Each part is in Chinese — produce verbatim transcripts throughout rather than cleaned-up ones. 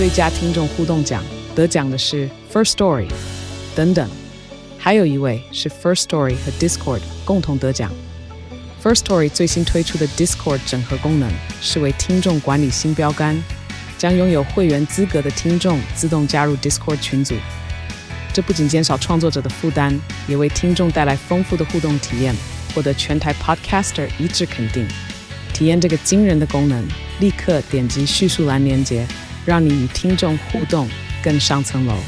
最佳听众互动奖，得奖的是 First Story 等等。还有一位是 First Story 和 Discord 共同得奖。First Story 最新推出的 Discord 整合功能是为听众管理新标杆，将拥有会员资格的听众自动加入 Discord 群组。这不仅减少创作者的负担，也为听众带来丰富的互动体验，获得全台 Podcaster 一致肯定。体验这个惊人的功能，立刻点击叙述栏连结，让你与听众互动更上层楼。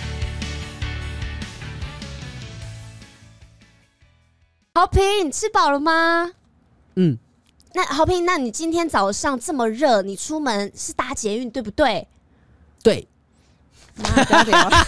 豪平，你吃饱了吗？ 嗯。 那豪平，那你今天早上这么热，你出门是搭捷运对不对？ 对。 那不要聊了。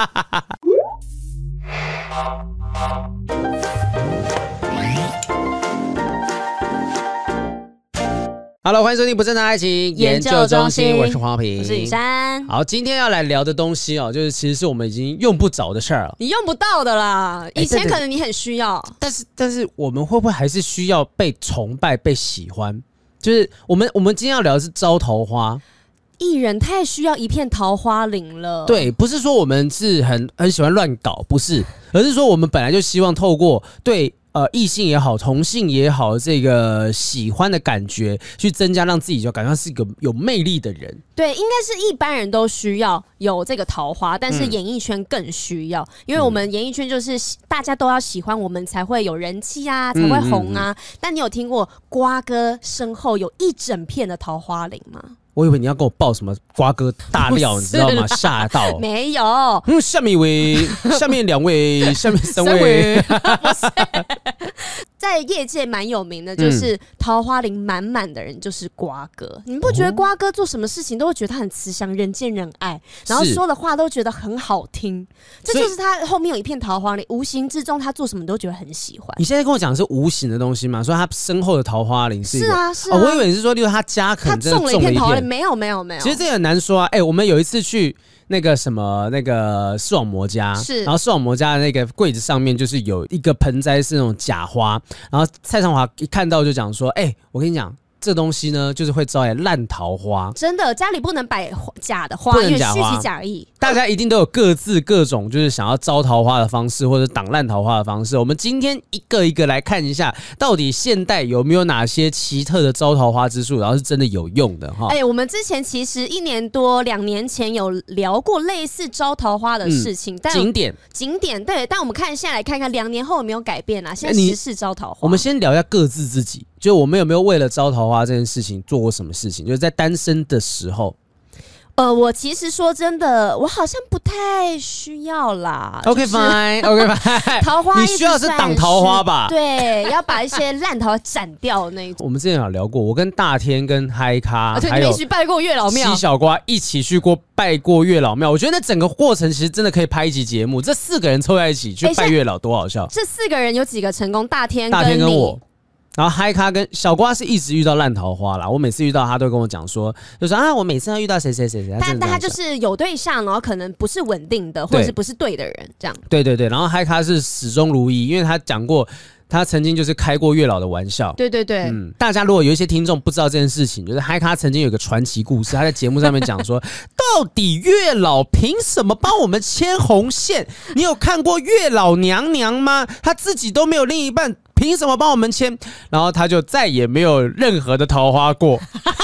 Hello， 欢迎收听不正常爱情研究中心，我是黄平， 我是雨珊。 好，今天要来聊的东西哦，就是其实是我们已经用不着的事儿了。 你用不到的啦，以前可能你很需要， 但是但是我们会不会还是需要被崇拜、被喜欢？就是我们我们今天要聊的是招桃花。 艺人太需要一片桃花林了。 对，不是说我们是很很喜欢乱搞，不是，而是说我们本来就希望透过对。呃，异性也好，同性也好，这个喜欢的感觉，去增加让自己就感觉是一个有魅力的人。 对，应该是一般人都需要有这个桃花，但是演艺圈更需要，嗯、因为我们演艺圈就是大家都要喜欢我们才会有人气啊，才会红啊。嗯嗯嗯但你有听过瓜哥身后有一整片的桃花林吗？ 我以为你要跟我报什么瓜哥大料，你知道吗？吓到！ 没有。 嗯，下面一位，下面两位，下面三位， 不是。在业界蛮有名的，就是桃花林满满的人就是瓜哥。你们不觉得瓜哥做什么事情都会觉得他很慈祥、人见人爱，然后说的话都觉得很好听？这就是他后面有一片桃花林，无形之中他做什么都觉得很喜欢。 你现在跟我讲的是无形的东西吗？说他身后的桃花林是一个？ 是啊，是啊。 哦、我以为你是说，例如他家可能真的中了一片桃花林，没有，没有，没有。 其实这个很难说啊。哎、欸，我们有一次去。那个什么，那个视网膜家， 是， 然后视网膜家的那个柜子上面就是有一个盆栽是那种假花，然后蔡尚华一看到就讲说：“哎、欸，我跟你讲，这东西呢就是会招来烂桃花。” 真的，家里不能摆假的花，因为虚情假意。 大家一定都有各自各种就是想要招桃花的方式，或者挡烂桃花的方式。我们今天一个一个来看一下，到底现代有没有哪些奇特的招桃花之术，然后是真的有用的哈。 哎、欸，我们之前其实一年多、两年前有聊过类似招桃花的事情，嗯、但景点景点对，但我们看现在来看看，两年后有没有改变啊？现在时事招桃花， 我们先聊一下各自自己，就我们有没有为了招桃花这件事情做过什么事情？就是在单身的时候。 呃，我其实说真的，我好像不太需要啦。 OK fine，OK fine。 桃花你需要是挡桃花吧？ 对，要把一些烂桃花斩掉那一种。 我们之前有聊过，我跟大天、跟嗨咖， 啊、对，还有去拜过月老庙， 西小瓜一起去过拜过月老庙。我觉得那整个过程其实真的可以拍一集节目。这四个人凑在一起去拜月老，多好笑！ 这四个人有几个成功？大天、 大天跟我。然后嗨咖跟小瓜是一直遇到烂桃花啦，我每次遇到他都跟我讲说，就说啊，我每次要遇到谁谁谁谁， 但但他就是有对象，然后可能不是稳定的，或者是不是对的人，这样。 对对对，然后嗨咖是始终如一，因为他讲过。他曾经就是开过月老的玩笑， 对对对， 嗯，大家如果有一些听众不知道这件事情，就是嗨咖曾经有一个传奇故事，他在节目上面讲说，到底月老凭什么帮我们牵红线？你有看过月老娘娘吗？他自己都没有另一半，凭什么帮我们牵？然后他就再也没有任何的桃花过。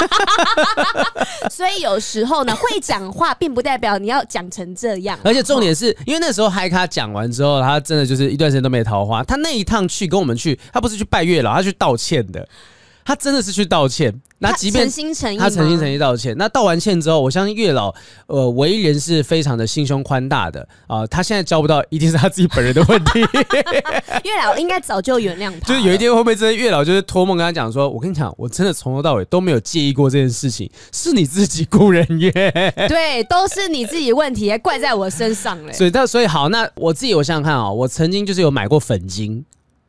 所以有时候呢，会讲话并不代表你要讲成这样。 而且重点是因为那时候嗨咖讲完之后，他真的就是一段时间都没桃花。他那一趟去跟我们去，他不是去拜月老，他去道歉的。他真的是去道歉，那即便他诚心诚意， 他诚心诚意道歉。那道完歉之后，我相信月老呃为人是非常的心胸宽大的啊、呃。他现在交不到，一定是他自己本人的问题。 月老应该早就原谅他。 就是有一天会不会真的月老就是托梦跟他讲说，我跟你讲，我真的从头到尾都没有介意过这件事情，是你自己顾人怨。 对，都是你自己问题，还怪在我身上嘞。 所以，所以好，那我自己我想想看啊、哦，我曾经就是有买过粉晶。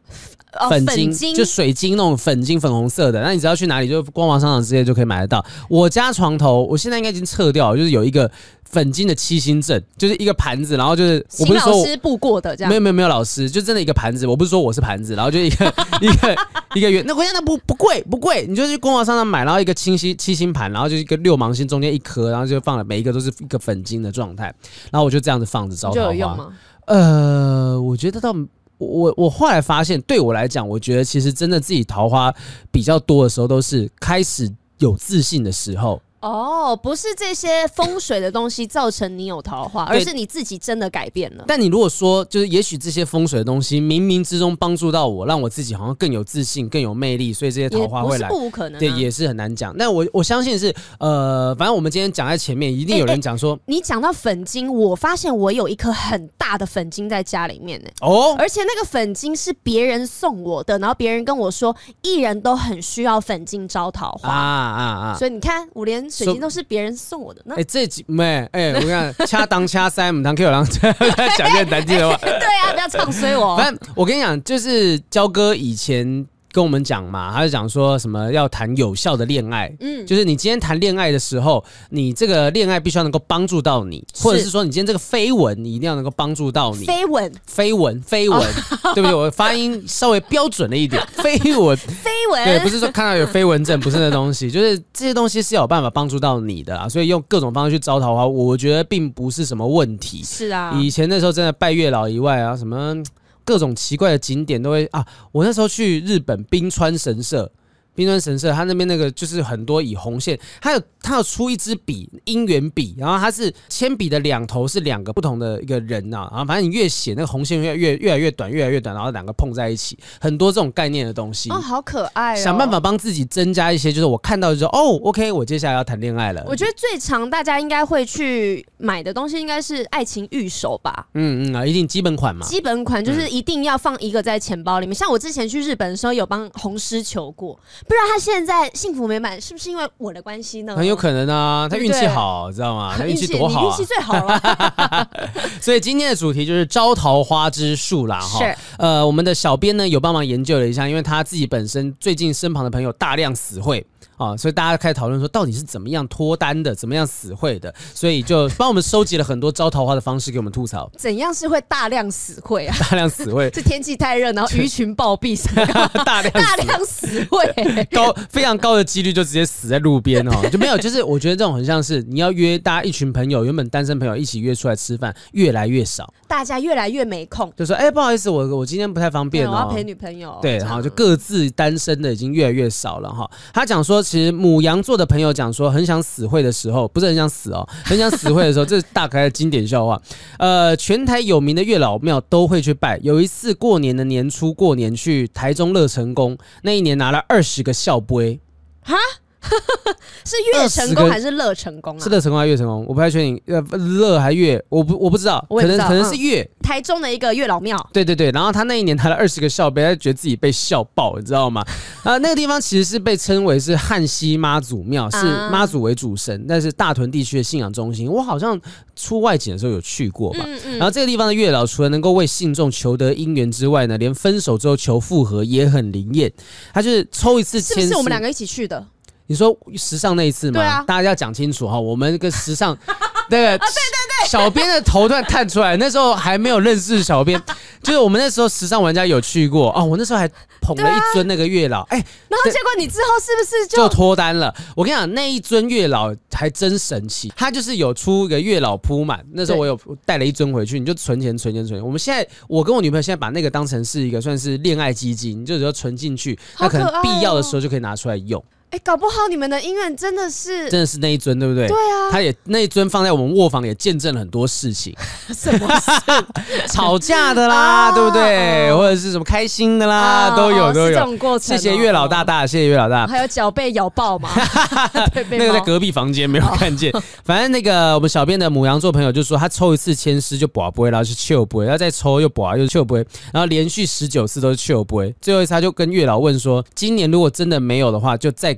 粉晶，哦、粉就水晶那种粉晶粉红色的，那你只要去哪里，就光华商场之类就可以买得到。我家床头，我现在应该已经撤掉了，就是有一个粉晶的七星阵，就是一个盘子，然后就是我不是说请老师布过的这样， 没有没有没有老师，就真的一个盘子，我不是说我是盘子，然后就一个一个一个圆，那我想那不不贵不贵，你就去光华商场买，然后一个七星七星盘，然后就一个六芒星中间一颗，然后就放了每一个都是一个粉晶的状态，然后我就这样子放着招桃花。就有用吗？呃，我觉得到。我我后来发现，对我来讲，我觉得其实真的自己桃花比较多的时候，都是开始有自信的时候。 哦，不是这些风水的东西造成你有桃花，而是你自己真的改变了。 但你如果说，就是也许这些风水的东西冥冥之中帮助到我，让我自己好像更有自信、更有魅力，所以这些桃花会来， 也不是不无可能、啊。 对，也是很难讲。但我我相信是，呃，反正我们今天讲在前面，一定有人讲说，欸欸、 你讲到粉晶，我发现我有一颗很大的粉晶在家里面呢、欸。哦，而且那个粉晶是别人送我的，然后别人跟我说，艺人都很需要粉晶招桃花啊啊啊！所以你看，我连水晶都是别人送我的呢。 哎、欸，这几没哎、欸，我看掐当掐塞，唔当 Q 郎讲更难听的话。 对啊，不要唱衰我。 反正我跟你讲，就是焦哥以前跟我们讲嘛，他就讲说什么要谈有效的恋爱，嗯，就是你今天谈恋爱的时候，你这个恋爱必须要能够帮助到你，或者是说你今天这个绯闻，你一定要能够帮助到你。 绯闻， 绯闻，绯闻，对不对？我发音稍微标准了一点，绯闻， 绯闻， 对，不是说看到有绯闻症，不是那东西，就是这些东西是有办法帮助到你的啦，所以用各种方式去招桃花，我觉得并不是什么问题。 是啊， 以前那时候真的拜月老以外啊，什么。各种奇怪的景点都会啊！我那时候去日本冰川神社，冰川神社，它那边那个就是很多以红线，它有它有出一支笔，姻缘笔，然后它是铅笔的两头是两个不同的一个人啊，然后反正你越写那个红线越越越来越短，越来越短，然后两个碰在一起，很多这种概念的东西。 哦，好可爱哦！ 想办法帮自己增加一些，就是我看到就说哦 ，OK， 我接下来要谈恋爱了。 我觉得最常大家应该会去买的东西应该是爱情御守吧。 嗯嗯啊，一定基本款嘛。 基本款就是一定要放一个在钱包里面。嗯、像我之前去日本的时候，有帮红师求过，不知道他现在幸福美满，是不是因为我的关系呢？ 很有可能啊，他运气好，知道吗？他运气多好、啊， 你运气最好了。 所以今天的主题就是招桃花之术啦，哈。是。呃，我们的小编呢有帮忙研究了一下，因为他自己本身最近身旁的朋友大量死会。啊、哦，所以大家开始讨论说，到底是怎么样脱单的，怎么样死会的，所以就帮我们收集了很多招桃花的方式给我们吐槽。 怎样是会大量死会啊？ 大量死会是天气太热，然后鱼群暴毙什么？ 大量大量死会， 高非常高的几率就直接死在路边哦，就没有。就是我觉得这种很像是你要约大家一群朋友，原本单身朋友一起约出来吃饭，越来越少， 大家越来越没空， 就说哎、欸，不好意思，我我今天不太方便哦， 我要陪女朋友。 对，然后就各自单身的已经越来越少了哈。他讲说，其实牡羊座的朋友讲说，很想死会的时候，不是很想死哦，很想死会的时候，这是大概的经典笑话。呃，全台有名的月老庙都会去拜。有一次过年的年初，过年去台中乐成宫，那一年拿了二十个孝杯。哈？ 是乐成功还是乐成功啊？ 是乐成功还是乐成功？我不太确定，呃，乐还乐，我不我不知道， 我也不知道可能可能是乐、嗯。 台中的一个月老庙， 对对对，然后他那一年拿了二十个孝杯，他觉得自己被笑爆，你知道吗？啊，那个地方其实是被称为是汉西妈祖庙，是妈祖为主神，但是大屯地区的信仰中心。我好像出外景的时候有去过吧。嗯嗯、然后这个地方的月老除了能够为信众求得姻缘之外呢，连分手之后求复合也很灵验。他就是抽一次签， 是不是我们两个一起去的？ 你说时尚那一次吗？ 对啊， 大家要讲清楚哈，我们跟时尚那个、啊、对对对，小编的头突然探出来，那时候还没有认识小编，就是我们那时候时尚玩家有去过哦，我那时候还捧了一尊那个月老，哎、啊， 然后结果你之后是不是 就, 就脱单了？我跟你讲，那一尊月老还真神奇，他就是有出一个月老铺满，那时候我有带了一尊回去，你就存钱存钱存钱。我们现在我跟我女朋友现在把那个当成是一个算是恋爱基金，就只要存进去，那可能必要的时候就可以拿出来用。 哎、欸，搞不好你们的姻缘真的是真的是那一尊，对不对？ 对啊， 他也那一尊放在我们卧房，也见证了很多事情。 什么事？ 吵架的啦，对不对？或者是什么开心的啦，都有都有。 这种过程。 谢谢月老大大，谢谢月老大。 还有脚被咬爆吗？ 那个在隔壁房间没有看见。反正那个我们小编的牡羊座朋友就说，他抽一次签诗就拔杯，然后是笑杯，然后再抽又拔又笑杯，然后连续十九次都是笑杯。最后一次他就跟月老问说，今年如果真的没有的话，就再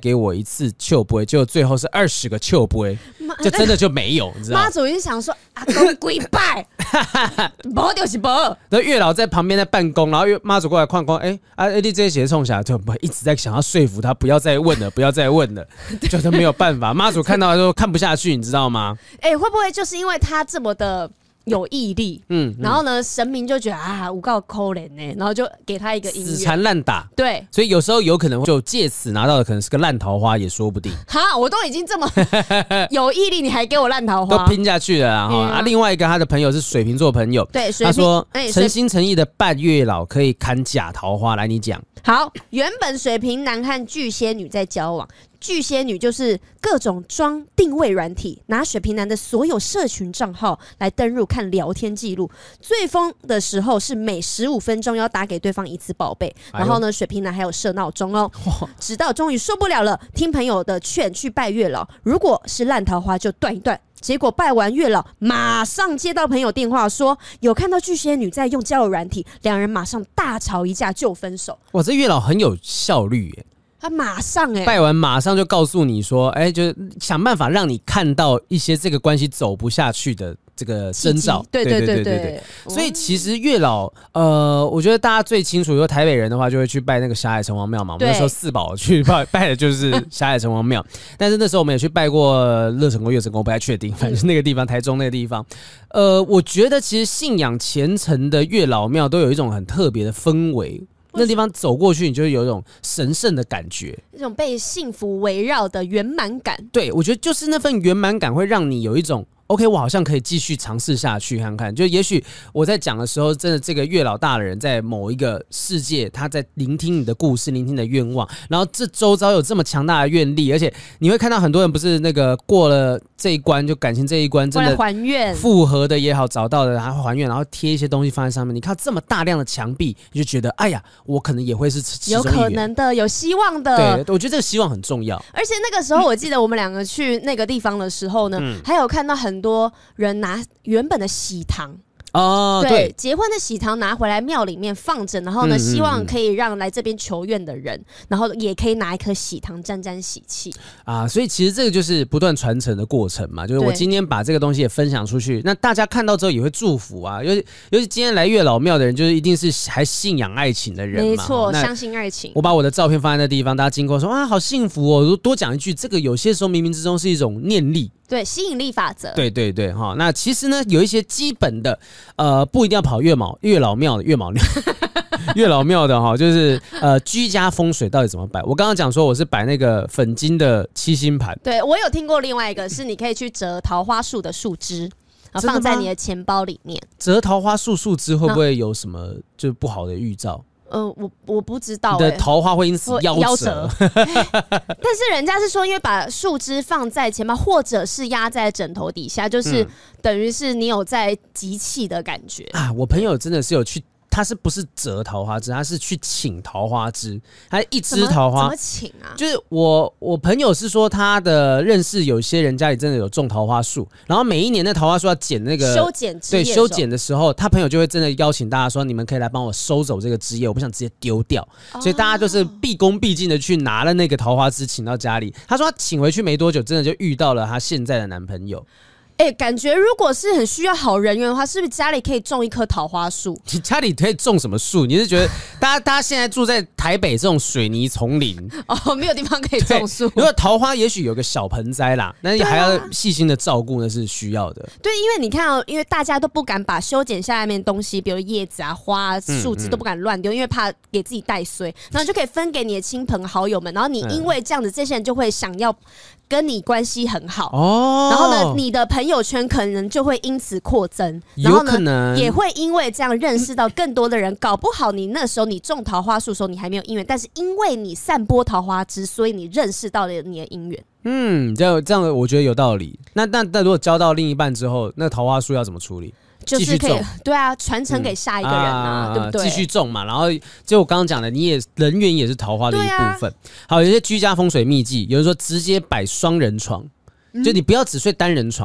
给我一次笑杯，结果最后是二十个笑杯，就真的就没有，你知道吗？ 妈祖就想说阿公跪拜，无就是无。 然后月老在旁边在办公，然后妈祖过来看看，哎、欸、啊，你这些鞋冲下来，就一直在想要说服他不要再问了，不要再问了，就都没有办法。妈祖看到的时候看不下去，你知道吗？ 哎、欸，会不会就是因为他这么的有毅力，嗯，然后呢，神明就觉得啊，诬告可怜呢，然后就给他一个姻缘， 死缠烂打， 对， 所以有时候有可能就借此拿到的可能是个烂桃花，也说不定。 哈，我都已经这么有毅力，你还给我烂桃花， 都拼下去了啦、嗯、啊！另外一个他的朋友是水瓶座朋友， 对， 他说诚心诚意的拜月老可以砍假桃花，来你讲。 好，原本水瓶男和巨蟹女在交往。巨蟹女就是各种装定位软体，拿水瓶男的所有社群账号来登入看聊天记录。最疯的时候是每十五分钟要打给对方一次报备，然后呢，水瓶男还有设闹钟哦。直到终于受不了了，听朋友的劝去拜月老，如果是烂桃花就断一断。结果拜完月老，马上接到朋友电话说有看到巨蟹女在用交友软体，两人马上大吵一架就分手。 哇，这月老很有效率耶！ 他马上哎、欸， 拜完马上就告诉你说，哎、欸，就是想办法让你看到一些这个关系走不下去的这个征兆。 对对对对 对, 对, 对、 嗯、所以其实月老，呃，我觉得大家最清楚，如果台北人的话，就会去拜那个霞海城隍庙嘛。我们那时候四宝去拜拜的就是霞海城隍庙，但是那时候我们也去拜过乐成宫、月成宫，不太确定，反正那个地方，台中那个地方。呃，我觉得其实信仰虔诚的月老庙都有一种很特别的氛围。那地方走过去，你就会有一种神圣的感觉， 一种被幸福围绕的圆满感。 对，我觉得就是那份圆满感会让你有一种 OK， 我好像可以继续尝试下去看看。就也许我在讲的时候，真的这个月老大人在某一个世界，他在聆听你的故事，聆听你的愿望，然后这周遭有这么强大的愿力，而且你会看到很多人不是那个过了这一关，就感情这一关真的还愿复合的也好，找到的然后还愿，然后贴一些东西放在上面，你看这么大量的墙壁，你就觉得哎呀，我可能也会是其中一员， 有可能的，有希望的。 对，我觉得这个希望很重要。 而且那个时候，我记得我们两个去那个地方的时候呢，嗯、还有看到很多人拿原本的喜糖。 哦， 对， 对， 结婚的喜糖拿回来庙里面放着，然后呢，嗯嗯嗯希望可以让来这边求愿的人，然后也可以拿一颗喜糖沾沾喜气啊。所以其实这个就是不断传承的过程嘛，就是我今天把这个东西也分享出去，那大家看到之后也会祝福啊。尤其尤其今天来月老庙的人，就是一定是还信仰爱情的人嘛， 没错，相信爱情。 我把我的照片放在那地方，大家经过说啊，好幸福哦，多讲一句，这个有些时候冥冥之中是一种念力。 对，吸引力法则。 对对对哈，那其实呢，有一些基本的，呃，不一定要跑月老月老庙的月老庙月老庙的哈，就是呃居家风水到底怎么摆？我刚刚讲说我是摆那个粉金的七星盘。 对，我有听过另外一个是你可以去折桃花树的树枝，然后放在你的钱包里面。 折桃花树树枝会不会有什么就是不好的预兆？ 呃，我我不知道、欸， 你的桃花会因此夭折。 但是人家是说，因为把树枝放在钱包，或者是压在枕头底下，就是、嗯、等于是你有在集气的感觉啊。我朋友真的是有去。他是不是折桃花枝？他是去请桃花枝，他一枝桃花怎么请啊？ 就是我我朋友是说他的认识有些人家里真的有种桃花树，然后每一年的桃花树要剪那个修剪枝叶， 对，修剪的时候，他朋友就会真的邀请大家说，你们可以来帮我收走这个枝叶，我不想直接丢掉，哦、所以大家就是毕恭毕敬的去拿了那个桃花枝请到家里。他说他请回去没多久，真的就遇到了他现在的男朋友。 哎、欸，感觉如果是很需要好人缘的话，是不是家里可以种一棵桃花树？ 你家里可以种什么树？你是觉得大家大家现在住在台北这种水泥丛林哦，没有地方可以种树。 如果桃花也许有个小盆栽啦，但是还要细心的照顾，那是需要的。 对，因为你看哦，因为大家都不敢把修剪下面的东西，比如叶子啊、花啊、树枝都不敢乱丢，因为怕给自己带衰，然后就可以分给你的亲朋好友们，然后你因为这样子，这些人就会想要跟你关系很好哦，然后呢，你的朋友圈可能就会因此扩增，然后呢，也会因为这样认识到更多的人。搞不好你那时候你种桃花树的时候你还没有姻缘，但是因为你散播桃花枝，所以你认识到了你的姻缘。 嗯，这样这样我觉得有道理。那那那如果交到另一半之后，那桃花树要怎么处理？ 就是可以对啊，传承给下一个人啊，嗯、对不对？ 继续种嘛，然后就我刚刚讲的，你也人缘也是桃花的一部分。啊、好，有一些居家风水秘技，有人说直接摆双人床，嗯、就你不要只睡单人床。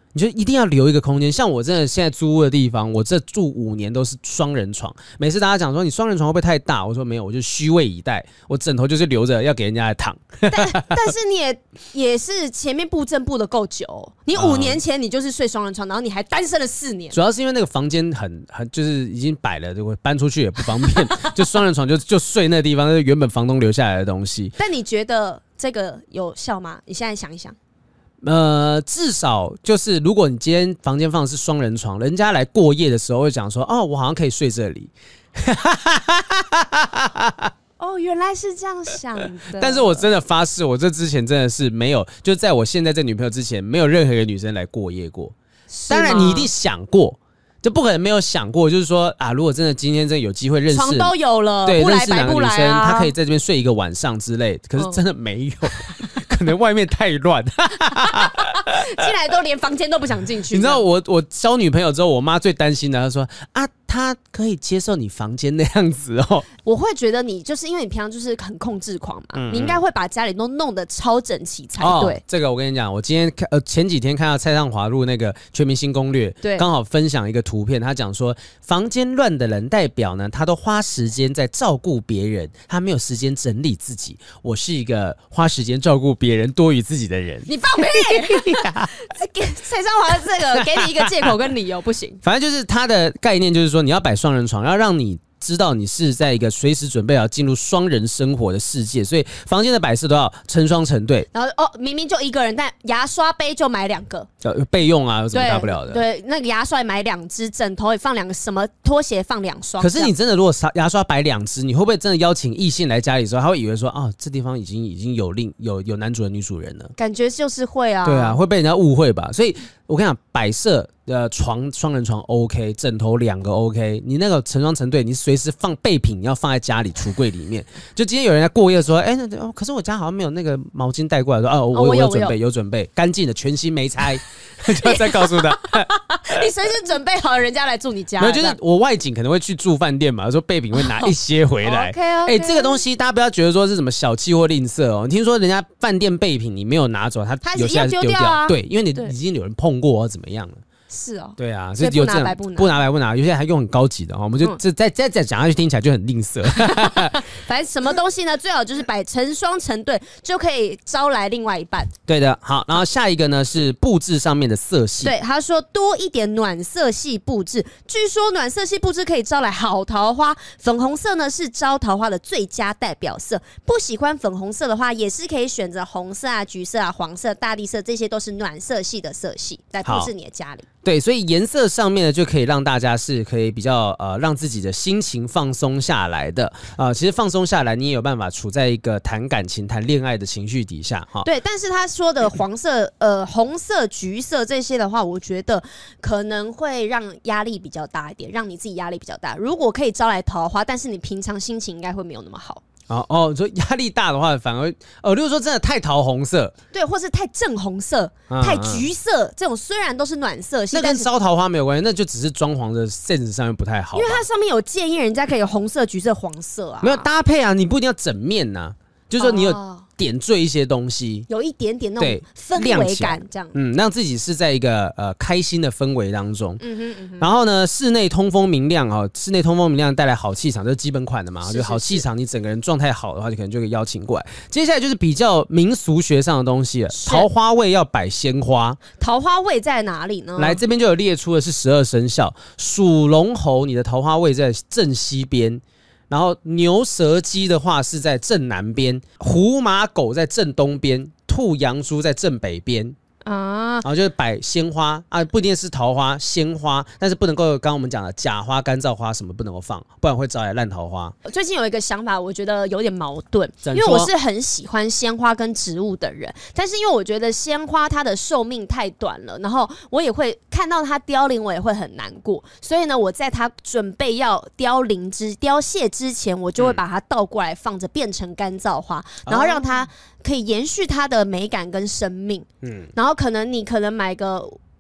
你就一定要留一个空间。像我真的现在租屋的地方，我这住五年都是双人床。每次大家讲说你双人床会不会太大，我说没有，我就虚位以待，我枕头就是留着要给人家来躺。 但但是你也也是前面布阵布的够久，你五年前你就是睡双人床，然后你还单身了四年。 主要是因为那个房间很很就是已经摆了，就搬出去也不方便，就双人床就就睡那个地方，那是原本房东留下来的东西。 但你觉得这个有效吗？你现在想一想。 呃，至少就是如果你今天房间放的是双人床，人家来过夜的时候会讲说，哦，我好像可以睡这里。 哦，原来是这样想的。 但是我真的发誓，我这之前真的是没有，就在我现在这女朋友之前，没有任何一个女生来过夜过。当然，你一定想过。就不可能没有想过，就是说啊，如果真的今天真的有机会认识， 床都有了， 对， 不来认识两个女生， 啊、 她可以在这边睡一个晚上之类。可是真的没有，嗯、可能外面太乱， 进来都连房间都不想进去。 你知道我我交女朋友之后，我妈最担心的，她说啊，她可以接受你房间那样子哦。 我会觉得你就是因为你平常就是很控制狂嘛，嗯、你应该会把家里都弄得超整齐才对。 哦、这个我跟你讲，我今天看呃前几天看到蔡尚华录那个《全明星攻略》， 对， 刚好分享一个图片，他讲说房间乱的人代表呢，他都花时间在照顾别人，他没有时间整理自己。我是一个花时间照顾别人多于自己的人。 你放屁！蔡尚华这个给你一个借口跟理由不行。 反正就是他的概念就是说，你要摆双人床，要让你知道你是在一个随时准备好进入双人生活的世界，所以房间的摆设都要成双成对。 然后哦，明明就一个人，但牙刷杯就买两个， 备用啊，有什么大不了的？ 对，对那个牙刷也买两只，枕头也放两个，什么拖鞋放两双。 可是你真的如果牙刷摆两只，你会不会真的邀请异性来家里的时候，他会以为说啊，这地方已经已经有另有有男主人女主人了？感觉就是会啊， 对啊，会被人家误会吧？所以我跟你讲，摆设。呃，床双人床 OK， 枕头两个 OK， 你那个成双成对，你随时放备品要放在家里橱柜里面。就今天有人在过夜说，哎、欸，那、哦、可是我家好像没有那个毛巾带过来，说哦，我、哦、我有准备，有准备，干净的，全新没拆，就再告诉他， 你随时准备好人家来住你家。 没有，就是我外景可能会去住饭店嘛，说备品会拿一些回来。 OK OK， 哎、欸，这个东西大家不要觉得说是什么小气或吝啬哦。你听说人家饭店备品你没有拿走，他有些还是丢掉， 啊、 对，因为你已经有人碰过或怎么样了。 是哦， 对啊， 所以不拿白不拿， 不拿白不拿，有些还用很高级的，我们就这再再再讲下去，听起来就很吝啬。 反正什么东西呢，最好就是摆成双成对，就可以招来另外一半。 对的，好，然后下一个呢是布置上面的色系。 对，他说多一点暖色系布置，据说暖色系布置可以招来好桃花，粉红色呢是招桃花的最佳代表色。不喜欢粉红色的话，也是可以选择红色啊、橘色啊、黄色、大地色，这些都是暖色系的色系，来布置你的家里。 对，所以颜色上面呢，就可以让大家是可以比较呃，让自己的心情放松下来的啊、呃。其实放松下来，你也有办法处在一个谈感情、谈恋爱的情绪底下哈。 对，但是他说的黄色、呃红色、橘色这些的话，我觉得可能会让压力比较大一点，让你自己压力比较大。如果可以招来桃花，但是你平常心情应该会没有那么好。 哦哦，说压力大的话，反而哦，如果说真的太桃红色， 对，或是太正红色、嗯、太橘色，这种虽然都是暖色系， 那跟招桃花没有关系，那就只是装潢的 sense 上面不太好。 因为它上面有建议人家可以有红色、橘色、黄色啊， 没有搭配啊，你不一定要整面呐、啊，就是说你有。哦点缀一些东西， 有一点点那种氛围感，这样， 嗯，让自己是在一个呃开心的氛围当中。 嗯哼嗯哼。 然后呢，室内通风明亮哦，室内通风明亮带来好气场，这是基本款的嘛。就好气场，你整个人状态好的话，就可能就可以邀请过来。接下来就是比较民俗学上的东西了，桃花位要摆鲜花。 桃花位在哪里呢？ 来这边就有列出的是十二生肖，属龙猴，你的桃花位在正西边。然后牛蛇鸡的话是在正南边，虎马狗在正东边，兔羊猪在正北边。啊，然后就是摆鲜花啊，不一定是桃花，鲜花，但是不能够刚刚我们讲的假花、干燥花什么不能够放，不然会招来烂桃花。 最近有一个想法，我觉得有点矛盾，因为我是很喜欢鲜花跟植物的人，但是因为我觉得鲜花它的寿命太短了，然后我也会看到它凋零，我也会很难过，所以呢，我在它准备要凋零之凋谢之前，我就会把它倒过来放着，变成干燥花，然后让它可以延续它的美感跟生命。嗯，然后可能你可能买个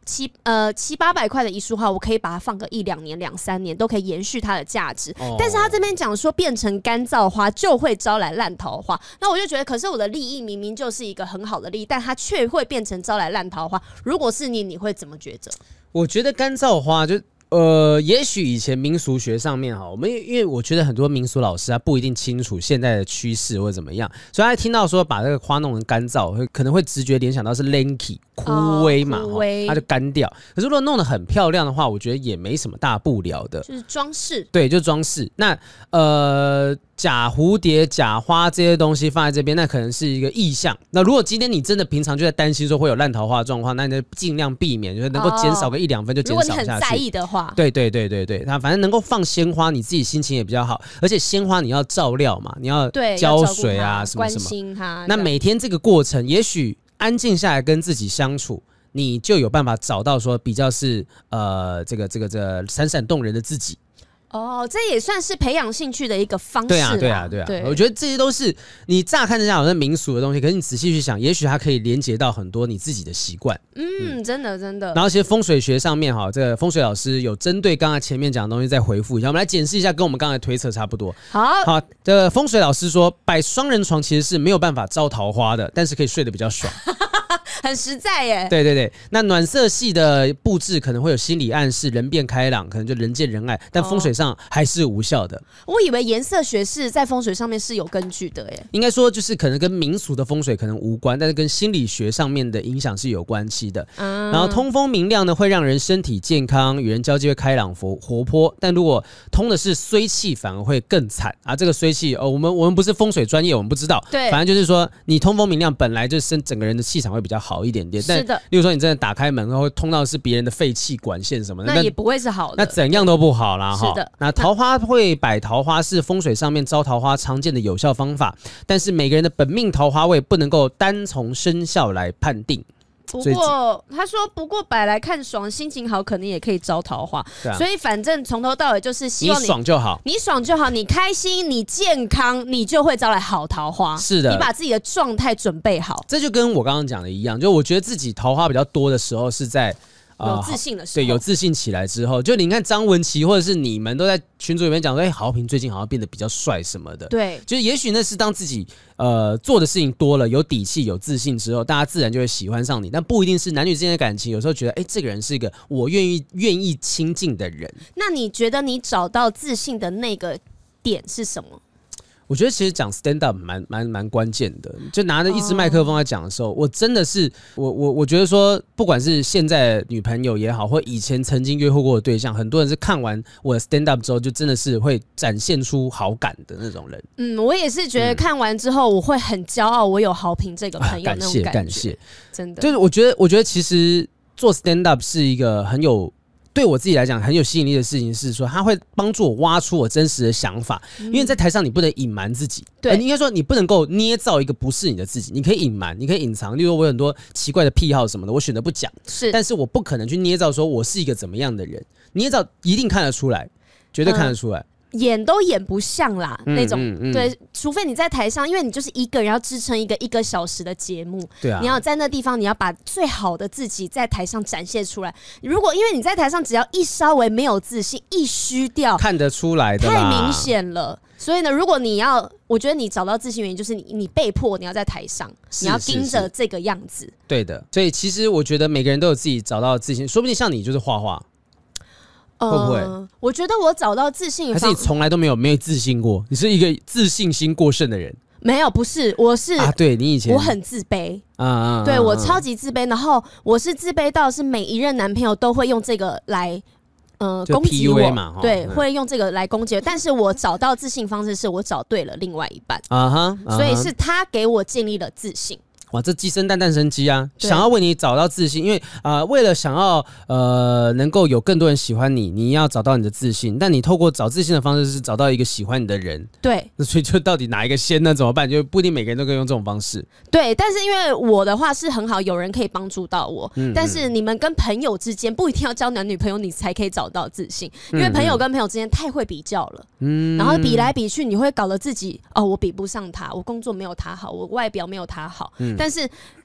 七呃七八百块的一束花，我可以把它放个一两年、两三年，都可以延续它的价值。哦、但是他这边讲说变成干燥花就会招来烂桃花，那我就觉得，可是我的利益明明就是一个很好的利益，但它却会变成招来烂桃花。如果是你，你会怎么抉择？ 我觉得干燥花就。呃，也许以前民俗学上面哈，我们因为我觉得很多民俗老师他不一定清楚现在的趋势或者怎么样，所以他听到说把这个花弄成干燥，会可能会直觉联想到是 lanky 枯萎嘛，哦、它就干掉。可是如果弄得很漂亮的话，我觉得也没什么大不了的， 就是装饰。对， 就装饰。那呃。假蝴蝶、假花这些东西放在这边，那可能是一个意象。那如果今天你真的平常就在担心说会有烂桃花的状况，那你就尽量避免，就是能够减少个一两分就减少下去。 如果你很在意的话， 对对对对对，那反正能够放鲜花，你自己心情也比较好。而且鲜花你要照料嘛，你要浇水啊，什么什么，关心它。 那每天这个过程，也许安静下来跟自己相处。你就有办法找到说比较是呃这个这个这个闪闪动人的自己。 哦，这也算是培养兴趣的一个方式。 对啊，对啊，对啊。对，我觉得这些都是你乍看之下好像民俗的东西，可是你仔细去想，也许它可以连接到很多你自己的习惯。 嗯，嗯真的真的。 然后其实风水学上面哈，这个风水老师有针对刚才前面讲的东西再回复一下，我们来检视一下，跟我们刚才推测差不多。 好， 好，这个风水老师说，摆双人床其实是没有办法招桃花的，但是可以睡得比较爽。 很实在耶。 对对对，那暖色系的布置可能会有心理暗示，人变开朗，可能就人见人爱，但风水上还是无效的。 哦、我以为颜色学是在风水上面是有根据的耶。 应该说就是可能跟民俗的风水可能无关，但是跟心理学上面的影响是有关系的。嗯、然后通风明亮呢，会让人身体健康，与人交际会开朗活活泼。但如果通的是衰气，反而会更惨啊！这个衰气哦，我们我们不是风水专业，我们不知道。 对， 反正就是说，你通风明亮，本来就是整个人的气场会比较好一点点。 是的， 例如说你真的打开门，然后通到的是别人的废气管线什么的， 那也不会是好的。 那怎样都不好啦。 是的， 那桃花会摆桃花是风水上面招桃花常见的有效方法，但是每个人的本命桃花位不能够单从生肖来判定。 不过他说，不过摆来看爽，心情好，可能也可以招桃花。啊、所以反正从头到尾就是希望 你, 你爽就好， 你爽就好，你开心，你健康，你就会招来好桃花。 是的， 你把自己的状态准备好。 这就跟我刚刚讲的一样，就我觉得自己桃花比较多的时候是在。 有自信的时候、 呃，对，有自信起来之后，就你看张文琪或者是你们都在群组里面讲说，哎、欸，豪平最近好像变得比较帅什么的， 对， 就是也许那是当自己呃做的事情多了，有底气、有自信之后，大家自然就会喜欢上你，但不一定是男女之间的感情，有时候觉得，哎、欸，这个人是一个我愿意愿意亲近的人。 那你觉得你找到自信的那个点是什么？ 我觉得其实讲 stand up 蛮蛮蛮关键的，就拿着一支麦克风在讲的时候， oh. 我真的是我我我觉得说，不管是现在的女朋友也好，或以前曾经约会过的对象，很多人是看完我的 stand up 之后，就真的是会展现出好感的那种人。嗯， 我也是觉得看完之后，我会很骄傲，我有豪平这个朋友、啊、那种感觉。 感谢， 真的。 就是我觉得，我觉得其实做 stand up 是一个很有。对我自己来讲很有吸引力的事情是说，它会帮助我挖出我真实的想法，嗯、因为在台上你不能隐瞒自己， 对， 呃、应该说你不能够捏造一个不是你的自己，你可以隐瞒，你可以隐藏，例如我有很多奇怪的癖好什么的，我选择不讲， 是， 但是我不可能去捏造说我是一个怎么样的人，捏造一定看得出来，绝对看得出来。嗯演都演不像啦， 嗯、 那种、 嗯嗯、 对，除非你在台上，因为你就是一个人要支撑一个一个小时的节目， 对啊， 你要在那地方，你要把最好的自己在台上展现出来。如果因为你在台上只要一稍微没有自信，一虚掉， 看得出来的啦， 太明显了。所以呢，如果你要，我觉得你找到自信原因就是你，你被迫你要在台上，你要盯着这个样子。 对的，所以其实我觉得每个人都有自己找到的自信，说不定像你就是画画。会不会、呃？ 我觉得我找到自信， 还是你从来都没有没有自信过？你是一个自信心过剩的人？ 没有，不是，我是啊，对你以前我很自卑啊啊， 对我超级自卑，然后我是自卑到是每一任男朋友都会用这个来呃攻击我嘛，对，嗯、会用这个来攻击我。但是我找到自信方式是我找对了另外一半啊哈，所以是他给我建立了自信。 哇，这鸡生蛋，蛋生鸡啊！想要为你找到自信，因为啊、呃，为了想要呃能够有更多人喜欢你，你要找到你的自信。但你透过找自信的方式是找到一个喜欢你的人， 对。 那所以就到底哪一个先呢？怎么办？就不一定每个人都可以用这种方式。 对，但是因为我的话是很好，有人可以帮助到我。嗯嗯，但是你们跟朋友之间不一定要交男女朋友，你才可以找到自信，因为朋友跟朋友之间太会比较了。嗯，然后比来比去，你会搞得自己哦，我比不上他，我工作没有他好，我外表没有他好。嗯，但是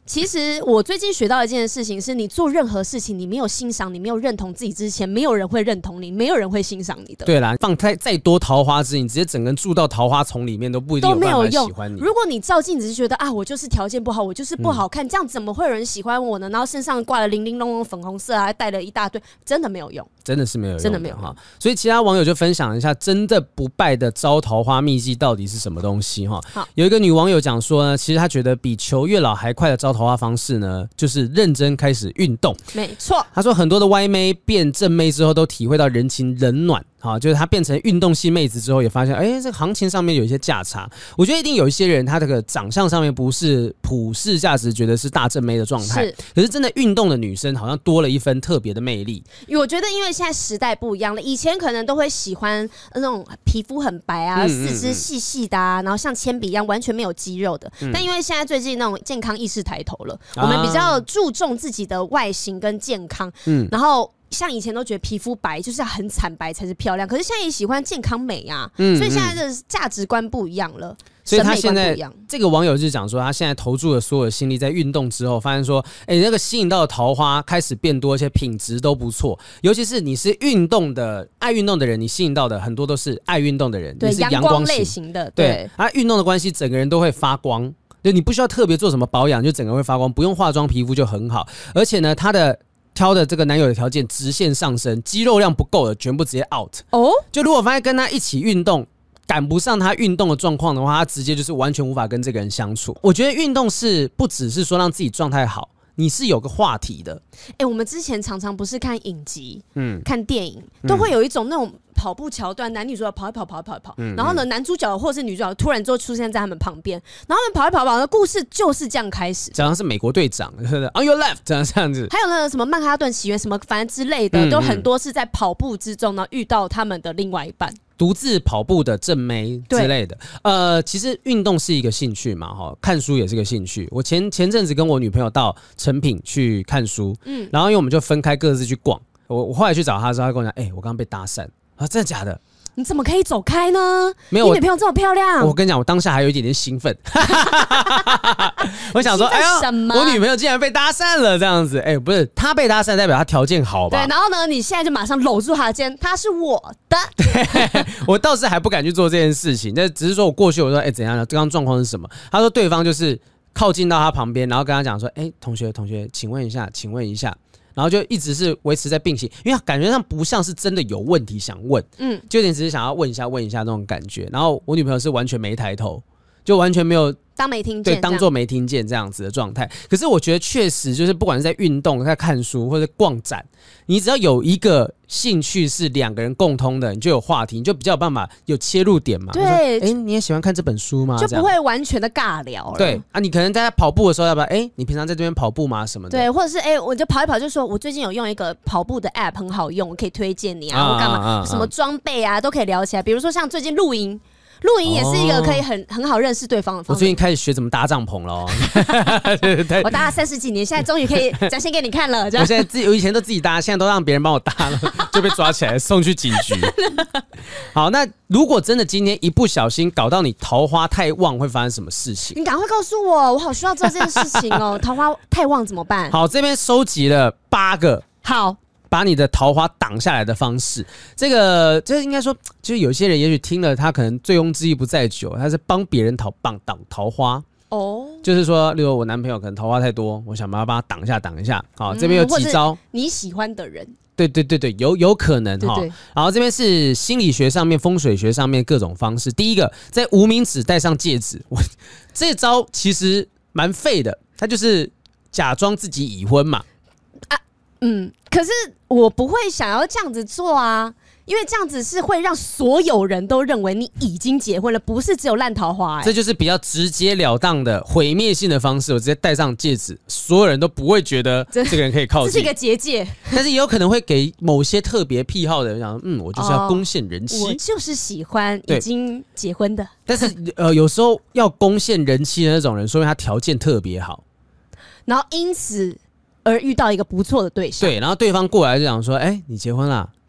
其实我最近学到一件事情是，你做任何事情，你没有欣赏，你没有认同自己之前，没有人会认同你，没有人会欣赏你的。 对啦，放再再多桃花枝，你直接整个人住到桃花丛里面都不一定有办法喜欢你。 如果你照镜子就觉得啊，我就是条件不好，我就是不好看，嗯、这样怎么会有人喜欢我呢？然后身上挂了零零珑珑粉红色啊，还带了一大堆，真的没有用， 真的是没有用的， 真的没有用。 所以其他网友就分享一下真的不败的招桃花秘籍到底是什么东西哈。有一个女网友讲说呢，其实她觉得比求月老还快的招桃花方式呢，就是认真开始运动。 没错， 她说很多的歪妹变正妹之后都体会到人情冷暖。好，就是她变成运动系妹子之后，也发现，哎、欸，这个行情上面有一些价差。我觉得一定有一些人，他这个长相上面不是普世价值，觉得是大正妹的状态，可是真的运动的女生好像多了一分特别的魅力。 我觉得，因为现在时代不一样了，以前可能都会喜欢那种皮肤很白啊、嗯、四肢细细的啊，然后像铅笔一样完全没有肌肉的。嗯、但因为现在最近那种健康意识抬头了，啊、我们比较注重自己的外形跟健康，嗯，然后。像以前都觉得皮肤白就是要很惨白才是漂亮，可是现在也喜欢健康美啊，嗯、所以现在的价值观不一样了。 所以他现在这个网友就讲说，他现在投注了所有的心力在运动之后，发现说，哎、欸，那个吸引到的桃花开始变多，而且品质都不错。尤其是你是运动的、爱运动的人，你吸引到的很多都是爱运动的人， 对， 你是阳光类型的， 对，啊，运动的关系，整个人都会发光。就你不需要特别做什么保养，就整个人会发光，不用化妆，皮肤就很好。而且呢，他的挑的这个男友的条件直线上升，肌肉量不够的全部直接 out。哦，就如果发现跟他一起运动赶不上他运动的状况的话，他直接就是完全无法跟这个人相处。我觉得运动是不只是说让自己状态好，你是有个话题的。 哎、欸，我们之前常常不是看影集、嗯，看电影，都会有一种那种跑步桥段，男女主角跑一跑，跑一跑，跑一跑，嗯、然后呢，男主角或是女主角突然就出现在他们旁边，然后他们跑一跑，跑的故事就是这样开始。 讲的是美国队长 ，On your left， 这样这样子。 还有那个什么曼哈顿起源什么反正之类的，嗯、都很多是在跑步之中呢遇到他们的另外一半。 独自跑步的正妹之类的，呃，其实运动是一个兴趣嘛，哈，看书也是个兴趣。我前前阵子跟我女朋友到诚品去看书，嗯，然后因为我们就分开各自去逛。我我后来去找她的时候，她跟我讲，哎、欸，我刚刚被搭讪啊，真的假的？ 你怎么可以走开呢？ 没有， 你女朋友这么漂亮。 我跟你讲，我当下还有一点点兴奋，我想说，哎呀，我女朋友竟然被搭讪了，这样子，哎、欸，不是她被搭讪，代表她条件好吧？ 对，然后呢，你现在就马上搂住她的肩，她是我的。 对，我倒是还不敢去做这件事情，但只是说我过去，我说，哎、欸，怎样呢？刚刚状况是什么？他说对方就是靠近到他旁边，然后跟他讲说，哎、欸，同学，同学，请问一下，请问一下。然后就一直是维持在并行，因为感觉上不像是真的有问题想问，嗯，就有点只是想要问一下问一下那种感觉。然后我女朋友是完全没抬头，就完全没有当没听见， 对，当做没听见这样子的状态。可是我觉得确实就是不管是在运动、在看书或者逛展，你只要有一个兴趣是两个人共通的，你就有话题，你就比较有办法有切入点嘛。 对， 哎、欸，你也喜欢看这本书吗？ 就不会完全的尬聊了。 对啊，你可能在跑步的时候，要不要？哎、欸，你平常在这边跑步吗？什么的？ 对，或者是哎、欸，我就跑一跑，就说我最近有用一个跑步的 app 很好用，我可以推荐你啊，我干嘛、啊啊啊？什么装备啊，都可以聊起来。比如说像最近露营。露营也是一个可以很、哦、很好认识对方的方式。 我最近开始学怎么搭帐篷了、哦， 我搭了三十几年，现在终于可以展现给你看了。我现在自己，我以前都自己搭，现在都让别人帮我搭了，就被抓起来送去警局。好，那如果真的今天一不小心搞到你桃花太旺，会发生什么事情？ 你赶快告诉我，我好需要知道这件事情哦。桃花太旺怎么办？ 好，这边收集了八个。 好。 把你的桃花挡下来的方式，这个这应该说，就是有些人也许听了，他可能醉翁之意不在酒，他是帮别人讨帮挡桃花哦。就是说，例如我男朋友可能桃花太多，我想把他帮他挡一下，挡一下。好，这边有几招， 你喜欢的人， 对对对对，有有可能哈。然后这边是心理学上面、风水学上面各种方式。第一个，在无名指戴上戒指，我这招其实蛮废的，他就是假装自己已婚嘛。 啊，嗯。可是我不会想要这样子做啊，因为这样子是会让所有人都认为你已经结婚了，不是只有烂桃花、欸。 这就是比较直截了当的毁灭性的方式。我直接戴上戒指，所有人都不会觉得这个人可以靠近。 这是一个结界， 但是也有可能会给某些特别癖好的人讲，嗯，我就是要攻陷人妻， 哦、我就是喜欢已经结婚的。 但是呃，有时候要攻陷人妻的那种人，说明他条件特别好， 然后因此。而遇到一个不错的对象， 对，然后对方过来就讲说：“哎、欸，你结婚啦？”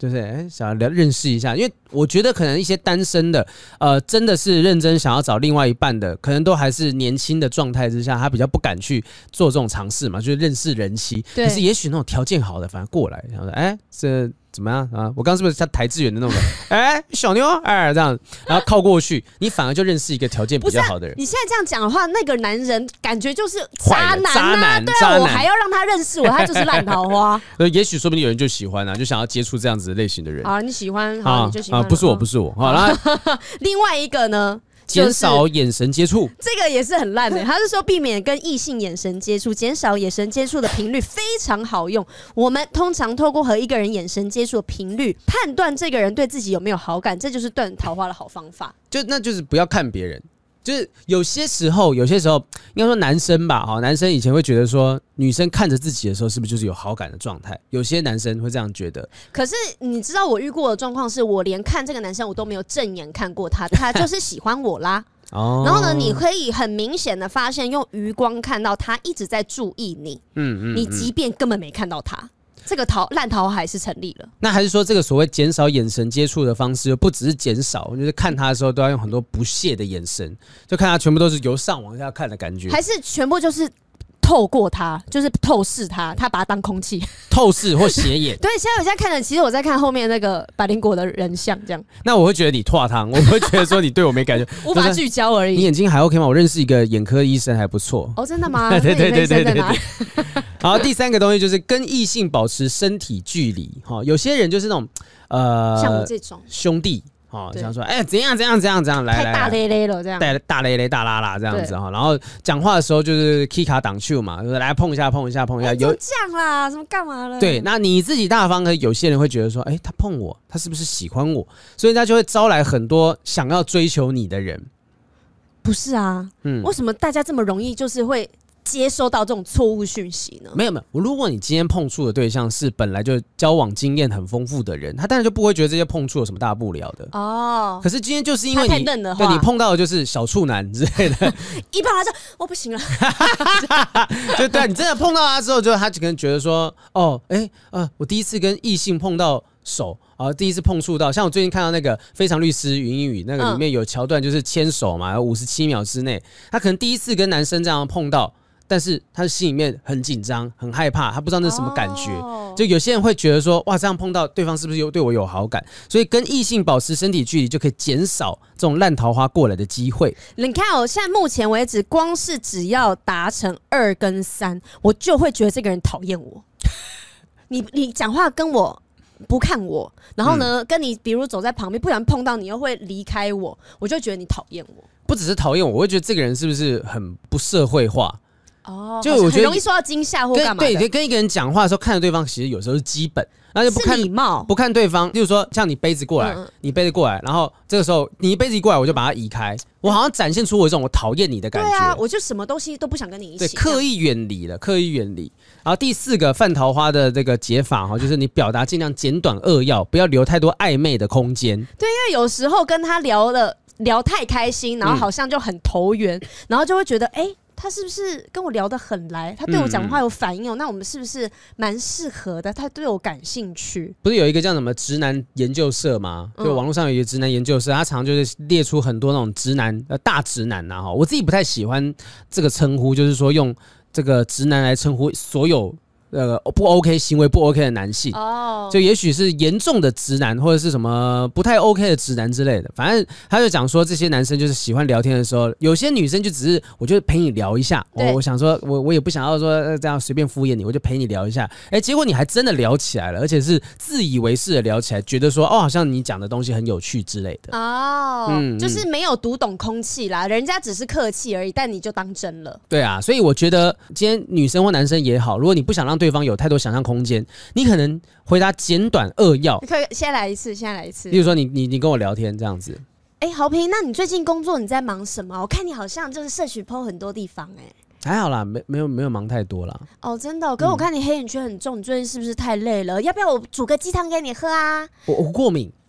就是哎，想要认识一下，因为我觉得可能一些单身的，呃，真的是认真想要找另外一半的，可能都还是年轻的状态之下，他比较不敢去做这种尝试嘛，就是认识人妻。可是也许那种条件好的，反而过来，然后说，哎，这怎么样啊？我刚刚是不是像台志远的那种人？哎，小妞，哎，这样，然后靠过去，你反而就认识一个条件比较好的人。 你现在这样讲的话，那个男人感觉就是渣男啊， 渣男对啊，我还要让他认识我，他就是烂桃花。 也许说不定有人就喜欢啊，就想要接触这样子类型的人。 好，你喜欢，好，你就喜欢。 啊，不是我，不是我。好，然后另外一个呢？ 减少眼神接触， 这个也是很烂的。他是说避免跟异性眼神接触，减少眼神接触的频率非常好用。我们通常透过和一个人眼神接触的频率，判断这个人对自己有没有好感，这就是断桃花的好方法。 就那就是不要看别人。就是有些时候，有些时候应该说男生吧，哈，男生以前会觉得说，女生看着自己的时候，是不是就是有好感的状态？有些男生会这样觉得。 可是你知道我遇过的状况是，我连看这个男生我都没有正眼看过他，他就是喜欢我啦。哦、然后呢，你可以很明显的发现，用余光看到他一直在注意你，嗯嗯嗯你即便根本没看到他。这个桃烂桃还是成立了。 那还是说，这个所谓减少眼神接触的方式，不只是减少，就是看他的时候都要用很多不屑的眼神，就看他全部都是由上往下看的感觉， 还是全部就是透过他，就是透视他，他把他当空气， 透视或斜眼。 对，现在我现在看的，其实我在看后面那个百灵果的人像，这样。 那我会觉得你拓汤，我会觉得说你对我没感觉， 无法聚焦而已。 你眼睛还 OK 吗？我认识一个眼科医生还不错。 哦，真的吗？ 对对对对对对。好，第三个东西就是跟异性保持身体距离。哈，有些人就是那种呃， 像我这种兄弟。哦，想说，哎、欸，怎样怎样怎样怎样，来来， 太大咧咧了，这样， 带大咧咧大拉拉这样子哈，然后讲话的时候就是 key 卡挡球嘛，就是来碰一下碰一下碰一下， 欸、有这样啦，什么干嘛了？ 对，那你自己大方，可有些人会觉得说，哎、欸，他碰我，他是不是喜欢我？所以他就会招来很多想要追求你的人。 不是啊，嗯，为什么大家这么容易就是会接收到这种错误讯息呢？ 没有没有，如果你今天碰触的对象是本来就交往经验很丰富的人，他当然就不会觉得这些碰触有什么大不了的哦。可是今天就是因为你对你碰到的就是小处男之类的， 一碰他就我不行了， 就对你真的碰到他之后，就他可能觉得说，哦，哎、欸、呃，我第一次跟异性碰到手啊，第一次碰触到，像我最近看到那个《非常律师云英语》，那个里面有桥段就是牵手嘛，五十七秒之内，他可能第一次跟男生这样碰到。但是他心里面很紧张、很害怕，他不知道那是什么感觉。Oh. 就有些人会觉得说，哇，这样碰到对方是不是有对我有好感？所以跟异性保持身体距离，就可以减少这种烂桃花过来的机会。 你看哦，现在目前为止，光是只要达成二跟三，我就会觉得这个人讨厌我。你你讲话跟我不看我，然后呢，嗯、跟你比如走在旁边，不然碰到你又会离开我，我就觉得你讨厌我。 不只是讨厌我，我会觉得这个人是不是很不社会化？ 哦，就我觉得很容易受到惊吓或干嘛的。 对，跟一个人讲话的时候，看着对方，其实有时候是基本，那就不看礼貌， 不看对方。例如说，像你杯子过来，嗯、你杯子过来，然后这个时候你杯子一过来，我就把它移开，我好像展现出我一种我讨厌你的感觉。 对啊，我就什么东西都不想跟你一起。 对，刻意远离了，刻意远离。然后第四个犯桃花的这个解法哈，就是你表达尽量简短扼要，不要留太多暧昧的空间。 对，因为有时候跟他聊了聊太开心，然后好像就很投缘，嗯、然后就会觉得哎。欸他是不是跟我聊得很来？他对我讲话有反应哦、喔，嗯、那我们是不是蛮适合的？他对我感兴趣。 不是有一个叫什么直男研究社吗？就网络上有一个直男研究社，他常常就是列出很多那种直男呃大直男呐、啊、哈。我自己不太喜欢这个称呼，就是说用这个直男来称呼所有。呃，不 OK 行为不 OK 的男性，哦， oh. 就也许是严重的直男，或者是什么不太 OK 的直男之类的。反正他就讲说，这些男生就是喜欢聊天的时候，有些女生就只是我就陪你聊一下，我我想说我我也不想要说这样随便敷衍你，我就陪你聊一下。哎、欸，结果你还真的聊起来了，而且是自以为是的聊起来，觉得说哦，好像你讲的东西很有趣之类的。 哦， oh, 嗯，就是没有读懂空气啦，人家只是客气而已，但你就当真了。 对啊，所以我觉得今天女生或男生也好，如果你不想让对方有太多想象空间，你可能回答简短扼要。 你可以先来一次，先来一次。 例如说你，你你跟我聊天这样子。 哎、欸，豪平，那你最近工作你在忙什么？我看你好像就是社群 po 很多地方、欸，哎， 还好啦，没没有没有忙太多啦。 哦，真的、哦，可是我看你黑眼圈很重，你最近是不是太累了？要不要我煮个鸡汤给你喝啊？ 我我过敏。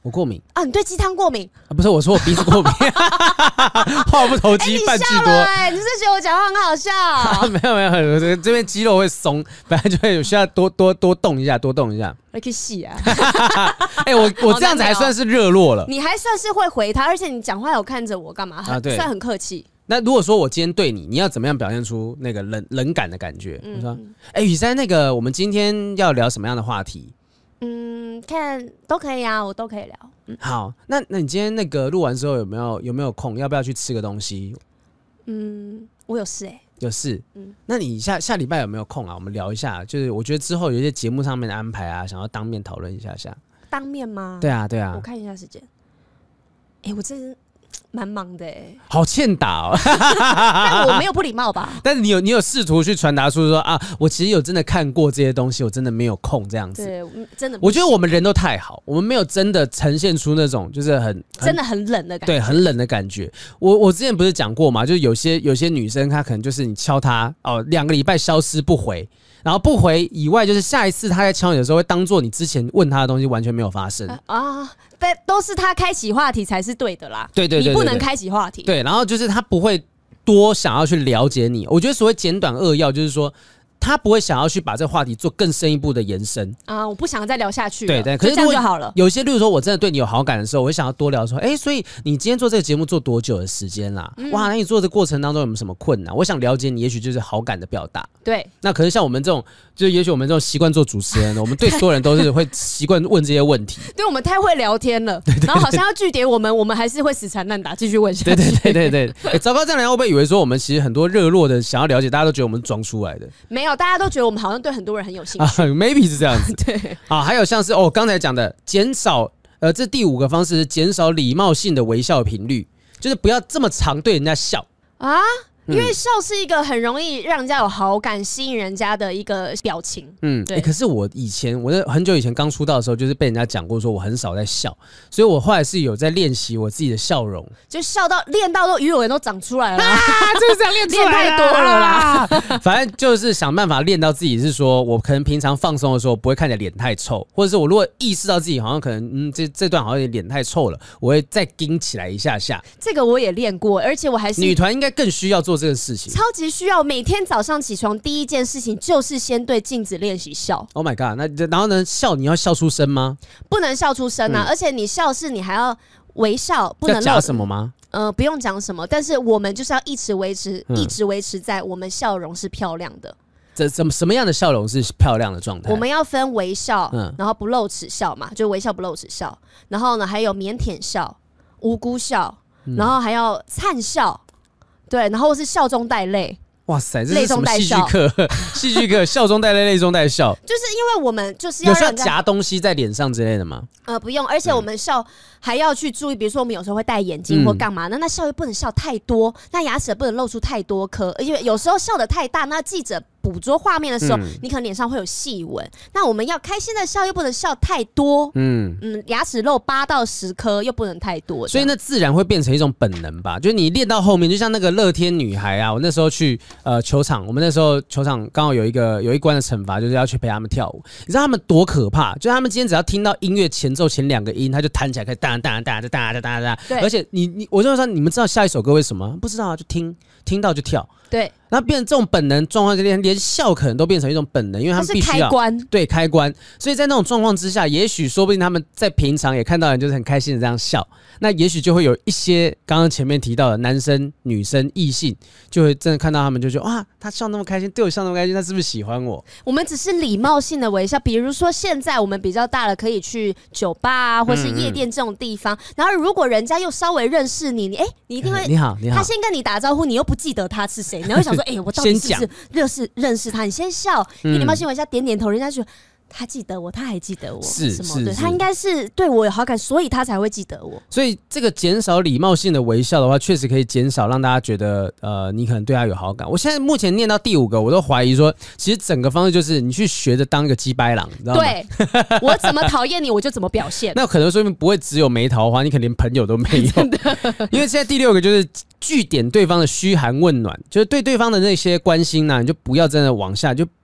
我过敏啊，你对鸡汤过敏啊？不是，我说我鼻子过敏，话不投机半句多。 哎、欸，你是觉得我讲话很好笑？ 啊、没有没有，这这边肌肉会松，本来就会有需要多多多动一下，多动一下。 我可以洗啊！ 哎、欸，我我这样子还算是热络了。 你还算是会回他，而且你讲话有看着我干嘛？啊，对，算很客气。 那如果说我今天对你，你要怎么样表现出那个冷冷感的感觉？嗯、我说，哎、欸，雨珊，那个我们今天要聊什么样的话题？ 嗯，看都可以啊，我都可以聊。嗯、 好，那那你今天那个录完之后有没有有没有空？要不要去吃个东西？ 嗯，我有事哎、欸。 有事，嗯，那你下下礼拜有没有空啊？我们聊一下，就是我觉得之后有一些节目上面的安排啊，想要当面讨论一下下。 当面吗？ 对啊，对啊。 我看一下时间。哎、欸，我真是蛮忙的哎、欸， 好欠打哦。 但我没有不礼貌吧？ 但是你有你有试图去传达出说啊，我其实有真的看过这些东西，我真的没有空这样子。 对，真的。 我觉得我们人都太好，我们没有真的呈现出那种就是很, 很真的很冷的感觉， 对，很冷的感觉。我我之前不是讲过嘛，就是有些有些女生她可能就是你敲她哦，两个礼拜消失不回。然后不回以外，就是下一次他在敲你的时候，会当做你之前问他的东西完全没有发生啊。但都是他开启话题才是对的啦。 对对 对, 对, 对， 你不能开启话题。 对，然后就是他不会多想要去了解你。我觉得所谓简短扼要，就是说他不会想要去把这个话题做更深一步的延伸啊。我不想再聊下去了。 对对，可是这样就好了。 有些，例如说我真的对你有好感的时候，我会想要多聊说，哎，所以你今天做这个节目做多久的时间啦？嗯、哇，那你做的过程当中有没有什么困难？我想了解你，也许就是好感的表达。 对， 那可是像我们这种，就也许我们这种习惯做主持人的，我们对所有人都是会习惯问这些问题。 对，我们太会聊天了，对对对，然后好像要据点我们，我们还是会死缠烂打，继续问下去。 对对对对对，欸、糟糕，这样人家会不会以为说我们其实很多热络的想要了解，大家都觉得我们装出来的？ 没有，大家都觉得我们好像对很多人很有兴趣。 啊、maybe 是这样子。 对啊， 还有像是哦，刚才讲的减少，呃，这第五个方式是减少礼貌性的微笑频率，就是不要这么常对人家笑啊。因为笑是一个很容易让人家有好感、吸引人家的一个表情。嗯，对、欸。 可是我以前，我很久以前刚出道的时候，就是被人家讲过，说我很少在笑，所以我后来是有在练习我自己的笑容， 就笑到练到都鱼尾纹都长出来了啊！就是这样练出来， 练太多了啦。 反正就是想办法练到自己是说，我可能平常放松的时候不会看起来脸太臭，或者是我如果意识到自己好像可能嗯这这段好像有点脸太臭了，我会再盯起来一下下。 这个我也练过，而且我还是女团应该更需要做这个事情。 超级需要，每天早上起床第一件事情就是先对镜子练习笑。 Oh my god！ 那然后呢？笑你要笑出声吗？ 不能笑出声啊！嗯、而且你笑是你还要微笑，不能要讲什么吗？ 呃，不用讲什么，但是我们就是要一直维持，嗯、一直维持在我们笑容是漂亮的。 这怎么什么样的笑容是漂亮的状态？ 我们要分微笑，嗯、然后不露齿笑嘛，就微笑不露齿笑。然后呢，还有腼腆笑、无辜笑，嗯、然后还要灿笑。对，然后是笑中带泪。 哇塞，这是什么戏剧课？戏剧课，笑中带泪，泪中带笑。 就是因为我们就是要有需要夹东西在脸上之类的吗？ 呃，不用，而且我们笑还要去注意，比如说我们有时候会戴眼镜或干嘛呢？嗯、那笑又不能笑太多，那牙齿不能露出太多颗，而且有时候笑得太大，那记者捕捉画面的时候，嗯、你可能脸上会有细纹。那我们要开心的笑，又不能笑太多。嗯嗯，牙齿露八到十颗，又不能太多。 所以那自然会变成一种本能吧？就是你练到后面，就像那个乐天女孩啊，我那时候去呃球场，我们那时候球场刚好有一个有一关的惩罚，就是要去陪他们跳舞。你知道他们多可怕？就是他们今天只要听到音乐前奏前两个音，他就弹起来，开始哒哒哒哒哒哒哒哒。对，而且你你我就说，你们知道下一首歌为什么？不知道啊，就听听到就跳。 对， 然后变成这种本能状况，连连笑可能都变成一种本能，因为他们必须要开关， 对开关。所以在那种状况之下，也许说不定他们在平常也看到人就是很开心的这样笑，那也许就会有一些刚刚前面提到的男生、女生、异性，就会真的看到他们就觉得哇，他笑那么开心，对我笑那么开心，他是不是喜欢我？ 我们只是礼貌性的微笑，比如说现在我们比较大了，可以去酒吧啊，或是夜店这种地方。嗯嗯，然后如果人家又稍微认识你，你哎，你一定会你好你好， 他先跟你打招呼，你又不记得他是谁，你会想说哎，我到底是不是认识认识他？你先笑，你礼貌性微笑，点点头，人家就他记得我，他还记得我， 是什么？对， 是他应该是对我有好感，所以他才会记得我。 所以这个减少礼貌性的微笑的话，确实可以减少让大家觉得呃，你可能对他有好感。我现在目前念到第五个，我都怀疑说，其实整个方式就是你去学着当一个鸡掰郎，你知道吗？ 对，我怎么讨厌你，我就怎么表现。 那可能说明不会只有没桃花，你可能连朋友都没有。因为现在第六个就是据点对方的嘘寒问暖，就是对对方的那些关心呢、啊，你就不要真的往下就。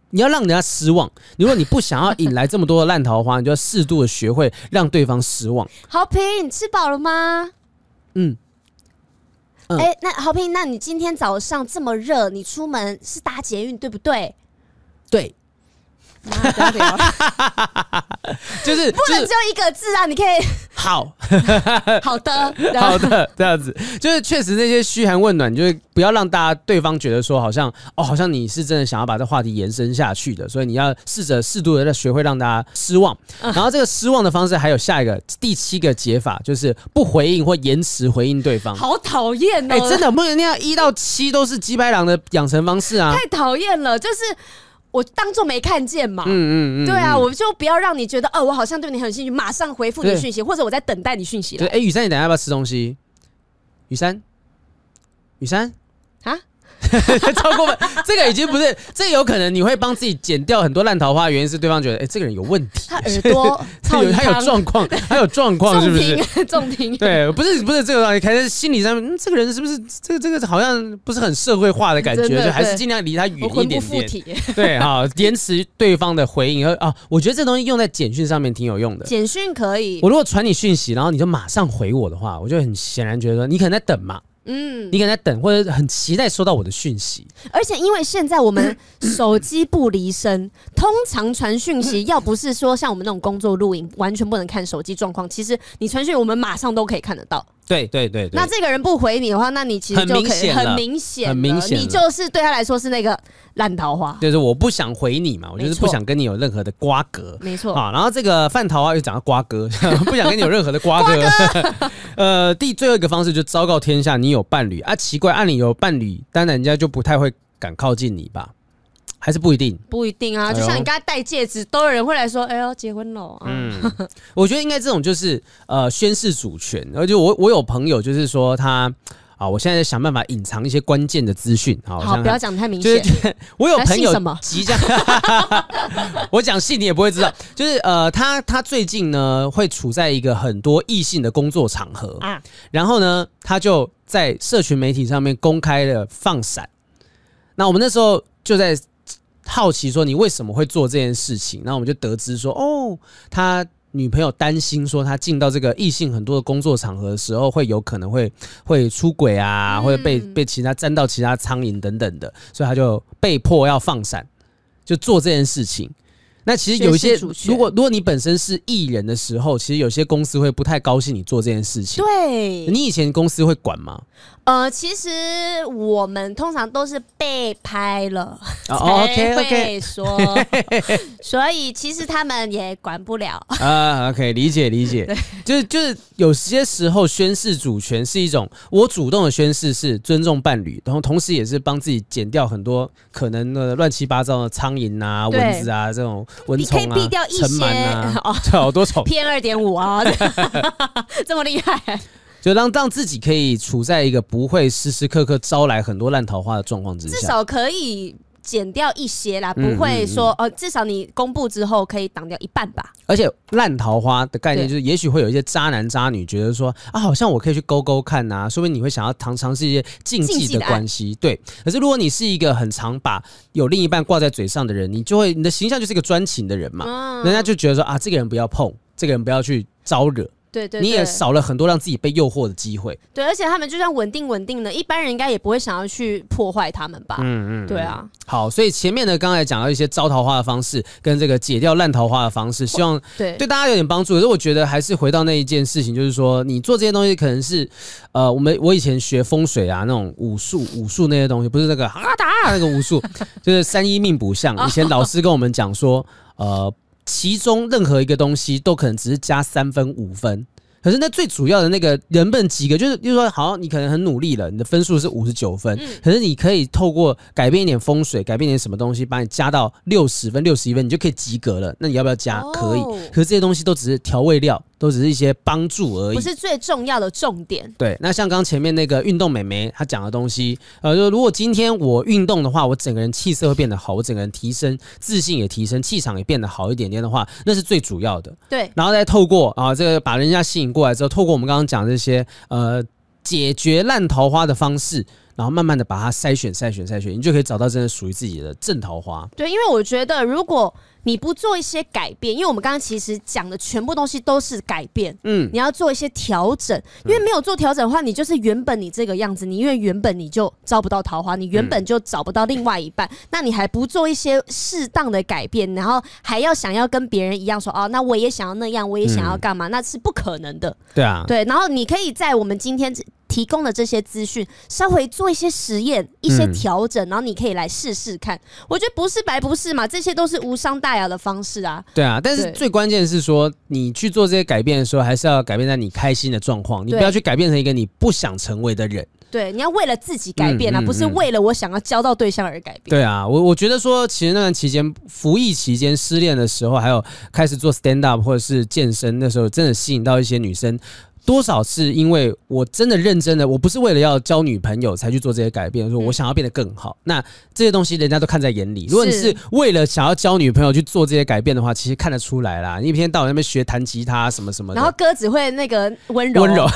你要让人家失望。如果你不想要引来这么多的烂桃花，你就要适度的学会让对方失望。 豪平，你吃饱了吗？嗯。哎、嗯欸，那豪平，那你今天早上这么热，你出门是搭捷运对不对？ 对。 啊、不要聊了就是不能只有一个字啊！你可以好好的好的这样子，就是确实那些嘘寒问暖，就是不要让大家对方觉得说好像哦，好像你是真的想要把这话题延伸下去的，所以你要试着适度的学会让大家失望。然后这个失望的方式还有下一个第七个解法，就是不回应或延迟回应对方。 好讨厌哦！ 哎、欸，真的不能那样，一到七都是鸡掰狼的养成方式啊！ 太讨厌了，就是。我当作没看见嘛， 嗯嗯嗯， 对啊，我就不要让你觉得，哦，我好像对你很有兴趣，马上回复你讯息，或者我在等待你讯息了。 哎，雨珊，你等一下要不要吃东西？雨珊，雨珊， 啊？ 超过分，这个已经不是，这个有可能你会帮自己剪掉很多烂桃花，原因是对方觉得，哎、欸，这个人有问题， 他耳朵他有他有状况，他有状况，是不是？ 重听， 对，不是不是这个道理，可能心理上面、嗯，这个人是不是这个这个好像不是很社会化的感觉，就还是尽量离他远一点点。对，好，延迟对方的回应啊，我觉得这东西用在简讯上面挺有用的。 简讯可以， 我如果传你讯息，然后你就马上回我的话，我就很显然觉得说你可能在等嘛。嗯，你可能在等，或者很期待收到我的讯息。 而且因为现在我们手机不离身，通常传讯息，要不是说像我们那种工作录影，完全不能看手机状况，其实你传讯我们马上都可以看得到。 对对 对, 对， 那这个人不回你的话，那你其实就可以很明显，很明显，你就是对他来说是那个烂桃花。 就是我不想回你嘛，我就是不想跟你有任何的瓜葛， 没错啊。然后这个犯桃花又讲到瓜葛，不想跟你有任何的瓜葛。呃，第最后一个方式就昭告天下你有伴侣啊，奇怪，按理有伴侣，当然人家就不太会敢靠近你吧。还是不一定， 不一定啊！就像你刚才戴戒指，都有人会来说：“哎呦，结婚了。”嗯， 我觉得应该这种就是呃宣示主权。而且我我有朋友就是说他啊，我现在在想办法隐藏一些关键的资讯。好， 好，不要讲太明显。 就是我有朋友即将，我讲细你也不会知道。就是呃，他他最近呢会处在一个很多异性的工作场合啊，然后呢他就在社群媒体上面公开了放闪。那我们那时候就在好奇说你为什么会做这件事情，然后我们就得知说，哦，他女朋友担心说他进到这个异性很多的工作场合的时候，会有可能会会出轨啊，嗯、或者被被其他沾到其他苍蝇等等的，所以他就被迫要放闪，就做这件事情。那其实有一些，如果如果你本身是艺人的时候，其实有些公司会不太高兴你做这件事情。 对， 你以前公司会管吗？ 呃，其实我们通常都是被拍了哦才会说，所以其实他们也管不了啊。OK， 理解理解，就是就是有些时候宣示主权是一种我主动的宣示，是尊重伴侣，然后同时也是帮自己减掉很多可能的乱七八糟的苍蝇啊、蚊子啊这种蚊虫啊、 你可以避掉一些尘螨啊，哦，好多虫 P M 二点五 啊，这么厉害。 就让让自己可以处在一个不会时时刻刻招来很多烂桃花的状况之下， 至少可以减掉一些啦，不会说、嗯嗯嗯、呃，至少你公布之后可以挡掉一半吧。 而且烂桃花的概念就是，也许会有一些渣男渣女觉得说啊，好像我可以去勾勾看啊，说不定你会想要尝尝试一些禁忌的关系，对。可是如果你是一个很常把有另一半挂在嘴上的人，你就会你的形象就是一个专情的人嘛，嗯、人家就觉得说啊，这个人不要碰，这个人不要去招惹。 对对对， 你也少了很多让自己被诱惑的机会。 对，而且他们就算稳定稳定的，一般人应该也不会想要去破坏他们吧？嗯嗯，对啊。 好，所以前面呢，刚才讲到一些招桃花的方式，跟这个解掉烂桃花的方式，希望对对大家有点帮助。可是我觉得还是回到那一件事情，就是说你做这些东西可能是呃，我们我以前学风水啊，那种武术武术那些东西，不是那个哈达那个武术，就是三一命卜相。以前老师跟我们讲说，呃。其中任何一个东西都可能只是加三分五分，可是那最主要的那个人本及格，就是就是说，好，你可能很努力了，你的分数是五十九分、嗯，可是你可以透过改变一点风水，改变一点什么东西，把你加到六十分、六十一分，你就可以及格了。那你要不要加？哦、可以。可是这些东西都只是调味料，都只是一些帮助而已， 不是最重要的重点。 对，那像刚前面那个运动美眉她讲的东西，呃，就如果今天我运动的话，我整个人气色会变得好，我整个人提升，自信也提升，气场也变得好一点点的话，那是最主要的。 对， 然后再透过啊这个把人家吸引过来之后，透过我们刚刚讲这些呃解决烂桃花的方式， 然后慢慢的把它筛选筛选筛选，你就可以找到真的属于自己的正桃花。 对，因为我觉得如果你不做一些改变，因为我们刚刚其实讲的全部东西都是改变，嗯，你要做一些调整，因为没有做调整的话，你就是原本你这个样子，你因为原本你就招不到桃花，你原本就找不到另外一半，嗯、那你还不做一些适当的改变，然后还要想要跟别人一样说哦，那我也想要那样，我也想要干嘛，嗯、那是不可能的。 对啊， 对，然后你可以在我们今天提供的这些资讯，稍微做一些实验、一些调整，嗯、然后你可以来试试看。我觉得不是白不是嘛，这些都是无伤大雅的方式啊。 对啊，但是最关键是说，你去做这些改变的时候，还是要改变在你开心的状况，你不要去改变成一个你不想成为的人。 对，你要为了自己改变啊，嗯嗯嗯、不是为了我想要交到对象而改变。 对啊，我我觉得说，其实那段期间服役期间失恋的时候，还有开始做 stand up 或者是健身，那时候真的吸引到一些女生。多少是因为我真的认真的，我不是为了要交女朋友才去做这些改变，说我想要变得更好。嗯、那这些东西人家都看在眼里。如果你是为了想要交女朋友去做这些改变的话，其实看得出来啦。你一天到晚在那边学弹吉他什么什么的， 然后歌只会那个温柔温柔，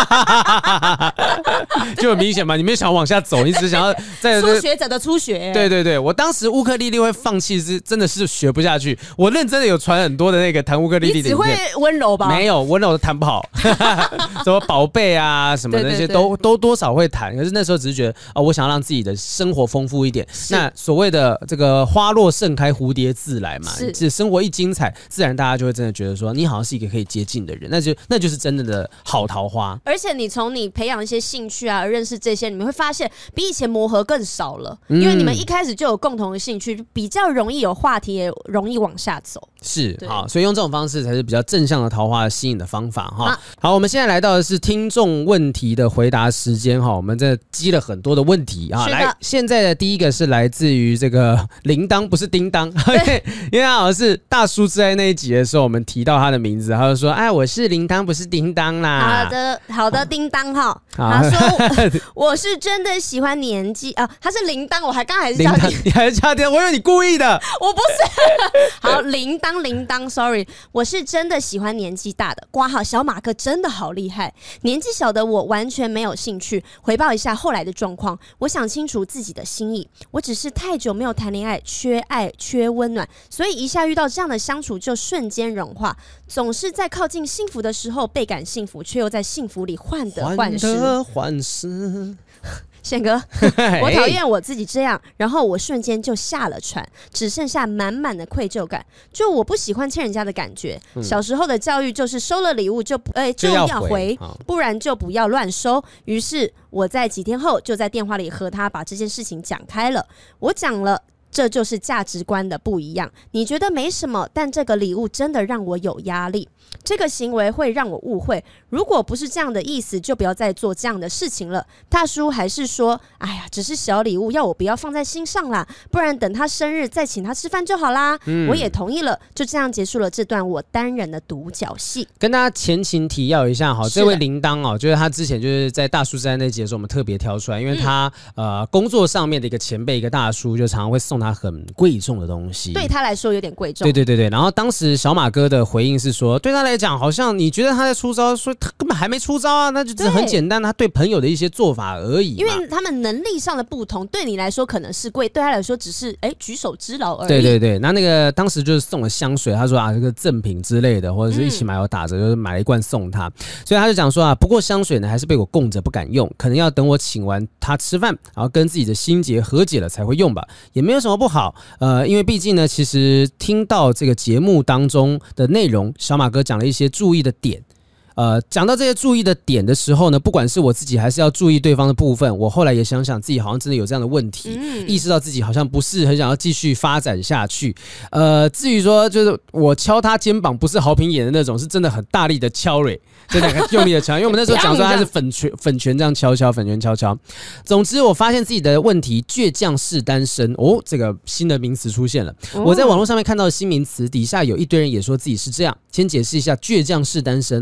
就很明显嘛。你没有想要往下走，你只是想要在初学者的初学。 对对对，我当时乌克丽丽会放弃是真的是学不下去。我认真的有传很多的那个弹乌克丽丽的影片， 你只会温柔吧？ 没有温柔的弹不好。什么宝贝啊，什么的那些都都多少会谈，可是那时候只是觉得哦，我想要让自己的生活丰富一点。那所谓的这个花落盛开，蝴蝶自来嘛，是生活一精彩，自然大家就会真的觉得说，你好像是一个可以接近的人，那就那就是真的的好桃花。 而且你从你培养一些兴趣啊，认识这些，你们会发现比以前磨合更少了，嗯、因为你们一开始就有共同的兴趣，比较容易有话题，也容易往下走。 是好，所以用这种方式才是比较正向的桃花吸引的方法哈。好，我们现在来到的是听众问题的回答时间哈，我们这积了很多的问题啊。来，现在的第一个是来自于这个铃铛，不是叮当，因为他好像是大叔之爱那一集的时候，我们提到他的名字，他就说：“哎，我是铃铛，不是叮当啦。” 好的，好的，叮当哈。他说：“我是真的喜欢年纪啊。”他是铃铛，我还刚还是叫你， 你还是叫叮当，我以为你故意的， 我不是。好，铃铛。当铃铛 ，sorry， 我是真的喜欢年纪大的。括号小马哥真的好厉害，年纪小的我完全没有兴趣。回报一下后来的状况，我想清楚自己的心意，我只是太久没有谈恋爱，缺爱缺温暖，所以一下遇到这样的相处就瞬间融化。总是在靠近幸福的时候倍感幸福，却又在幸福里患得患失。 患得患失。 宪哥，我讨厌我自己这样，然后我瞬间就下了船，只剩下满满的愧疚感。就我不喜欢欠人家的感觉。嗯、小时候的教育就是收了礼物就哎、欸、就要回，不然就不要乱收。于是我在几天后就在电话里和他把这件事情讲开了。我讲了。这就是价值观的不一样。你觉得没什么，但这个礼物真的让我有压力。这个行为会让我误会，如果不是这样的意思，就不要再做这样的事情了。大叔还是说，哎呀，只是小礼物，要我不要放在心上啦，不然等他生日再请他吃饭就好啦。嗯、我也同意了，就这样结束了这段我单人的独角戏。 跟大家前情提要一下，好，这位铃铛哦，就是他之前就是在大叔之爱那集的时候，我们特别挑出来，因为他、嗯、呃工作上面的一个前辈，一个大叔，就常常会送他很贵重的东西， 对他来说有点贵重。 对对对对，然后当时小马哥的回应是说，对他来讲，好像你觉得他在出招，说他根本还没出招啊，那就只是很简单，他对朋友的一些做法而已。 因为他们能力上的不同，对你来说可能是贵，对他来说只是哎举手之劳而已。 对对对，那那个当时就是送了香水，他说啊这个赠品之类的，或者是一起买有打折，嗯、就是买了一罐送他，所以他就讲说啊，不过香水呢还是被我供着不敢用，可能要等我请完他吃饭，然后跟自己的心结和解了才会用吧，也没有什么不好。呃，因为毕竟呢，其实听到这个节目当中的内容，小马哥讲了一些注意的点。呃，讲到这些注意的点的时候呢，不管是我自己还是要注意对方的部分，我后来也想想自己好像真的有这样的问题，嗯、意识到自己好像不是很想要继续发展下去。呃，至于说就是我敲他肩膀不是好评演的那种，是真的很大力的敲蕊，真的很用力的敲，因为我们那时候讲说他是粉拳粉拳这样敲敲，粉拳敲敲。总之，我发现自己的问题，倔强是单身哦，这个新的名词出现了。哦、我在网络上面看到的新名词底下有一堆人也说自己是这样。先解释一下倔强是单身啊。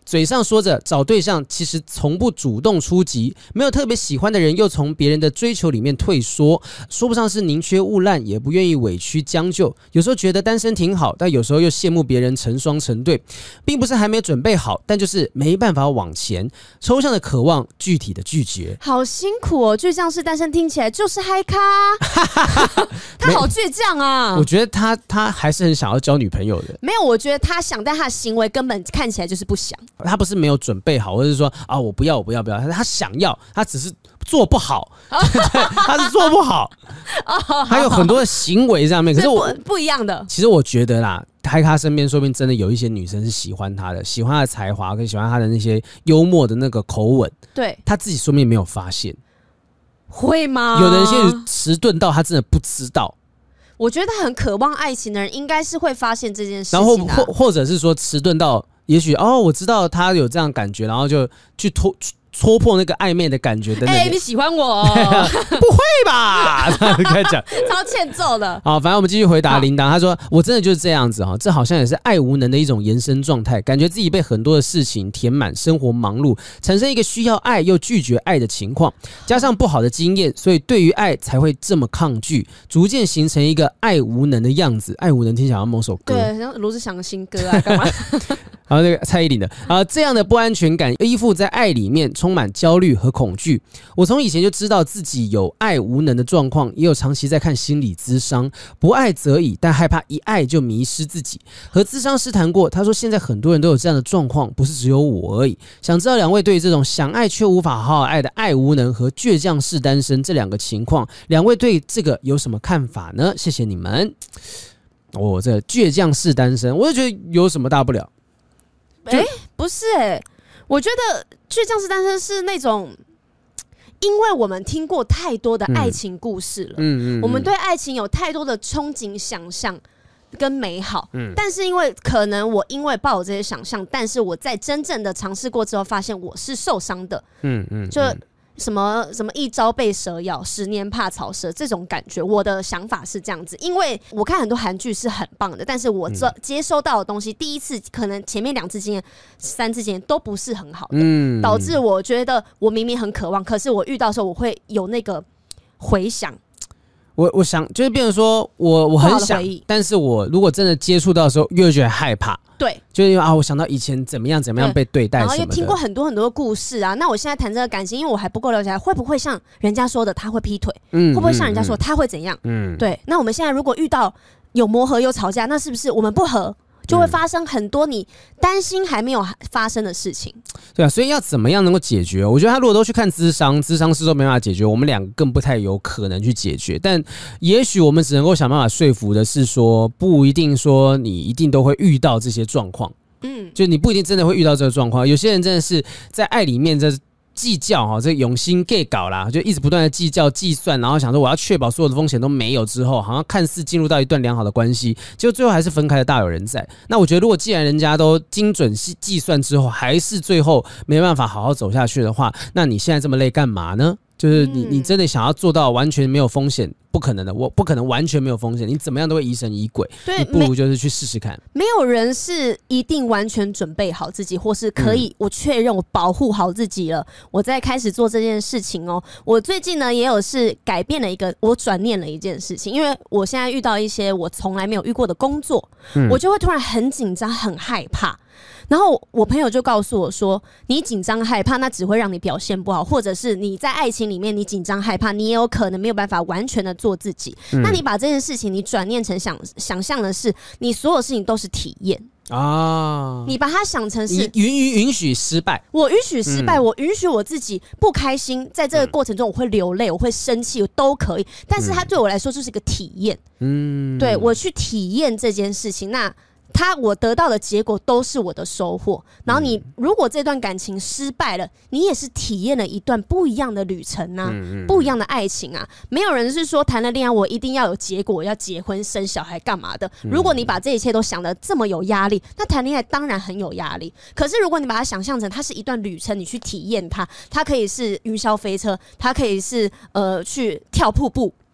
嘴上说着找对象，其实从不主动出击，没有特别喜欢的人，又从别人的追求里面退缩，说不上是宁缺毋滥，也不愿意委屈将就。有时候觉得单身挺好，但有时候又羡慕别人成双成对，并不是还没准备好，但就是没办法往前。抽象的渴望，具体的拒绝。 好辛苦哦，倔强是单身听起来就是嗨咖，他好倔强啊！ 我觉得他他还是很想要交女朋友的。 没有，我觉得他想，但他的行为根本看起来就是不想。 他不是没有准备好，或者是说啊，我不要，我不要，不要。他想要，他只是做不好，对，他是做不好。还有很多的行为上面，可是我不, 不一样的。 其实我觉得啦，嗨咖身边说不定真的有一些女生是喜欢他的，喜欢他的才华，跟喜欢他的那些幽默的那个口吻。 对， 他自己说不定没有发现。 会吗？ 有的人现在迟钝到他真的不知道。 我觉得很渴望爱情的人，应该是会发现这件事情、啊。 然后或或者是说迟钝到，也许哦，我知道他有这样感觉，然后就去拖戳破那个暧昧的感觉等等。 哎、欸，你喜欢我、哦？ 不会吧？开始讲， 超欠揍的。 好，反正我们继续回答铃铛。他说：“我真的就是这样子哈，这好像也是爱无能的一种延伸状态，感觉自己被很多的事情填满，生活忙碌，产生一个需要爱又拒绝爱的情况，加上不好的经验，所以对于爱才会这么抗拒，逐渐形成一个爱无能的样子。爱无能听起来像某首歌， 对，像罗志祥的新歌啊，干嘛？” 然后那个蔡依林的啊，这样的不安全感依附在爱里面，充满焦虑和恐惧。我从以前就知道自己有爱无能的状况，也有长期在看心理咨商，不爱则已，但害怕一爱就迷失自己。和咨商师谈过，他说现在很多人都有这样的状况，不是只有我而已。想知道两位对于这种想爱却无法好好爱的爱无能和倔强式单身这两个情况，两位对这个有什么看法呢？谢谢你们。我、哦、这倔强式单身，我就觉得有什么大不了。 哎、欸，不是哎、欸，我觉得倔强式单身是那种，因为我们听过太多的爱情故事了，嗯嗯嗯、我们对爱情有太多的憧憬、想象跟美好，嗯、但是因为可能我因为抱有这些想象，但是我在真正的尝试过之后，发现我是受伤的，嗯嗯，就。什么什么一朝被蛇咬，十年怕草蛇这种感觉，我的想法是这样子，因为我看很多韩剧是很棒的，但是我这接收到的东西，第一次可能前面两次经验、三次经验都不是很好的，嗯、导致我觉得我明明很渴望，可是我遇到的时候，我会有那个回想。 我我想就是变成说我我很想，但是我如果真的接触到的时候，越觉得害怕。 对， 就是因为啊，我想到以前怎么样怎么样被对待什么的， 然后又听过很多很多的故事啊。那我现在谈这个感情，因为我还不够了解，会不会像人家说的他会劈腿？嗯，会不会像人家说他会怎样？嗯，对。那我们现在如果遇到有磨合有吵架，那是不是我们不合？就会发生很多你担心还没有发生的事情。 对啊，所以要怎么样能够解决？我觉得他如果都去看諮商，諮商師都没办法解决，我们两个更不太有可能去解决。但也许我们只能够想办法说服的是说，不一定说你一定都会遇到这些状况。嗯，就你不一定真的会遇到这个状况。有些人真的是在爱里面这。计较哈，这用心 gay 搞啦，就一直不断的计较计算，然后想说我要确保所有的风险都没有之后，好像看似进入到一段良好的关系，结果最后还是分开的大有人在。那我觉得，如果既然人家都精准计算之后，还是最后没办法好好走下去的话，那你现在这么累干嘛呢？就是你，你真的想要做到完全没有风险，不可能的。我不可能完全没有风险，你怎么样都会疑神疑鬼。对，你不如就是去试试看。 没有人是一定完全准备好自己，或是可以我确认我保护好自己了，我再开始做这件事情哦。我最近呢也有是改变了一个，我转念了一件事情，因为我现在遇到一些我从来没有遇过的工作，嗯、我就会突然很紧张、很害怕。然后我朋友就告诉我说，你紧张害怕那只会让你表现不好，或者是你在爱情里面你紧张害怕，你也有可能没有办法完全的做自己、嗯、那你把这件事情你转念成想想象的是你所有事情都是体验啊，你把它想成是你允允许失败， 我允许失败、嗯、我允许我自己不开心，在这个过程中我会流泪，我会生气，我都可以，但是它对我来说就是一个体验，嗯，对，我去体验这件事情，那他我得到的结果都是我的收获，然后你如果这段感情失败了，你也是体验了一段不一样的旅程啊，嗯嗯、不一样的爱情啊。没有人是说谈了恋爱我一定要有结果，要结婚生小孩干嘛的。如果你把这一切都想得这么有压力，那谈恋爱当然很有压力。可是如果你把它想象成它是一段旅程，你去体验它，它可以是云霄飞车，它可以是呃去跳瀑布。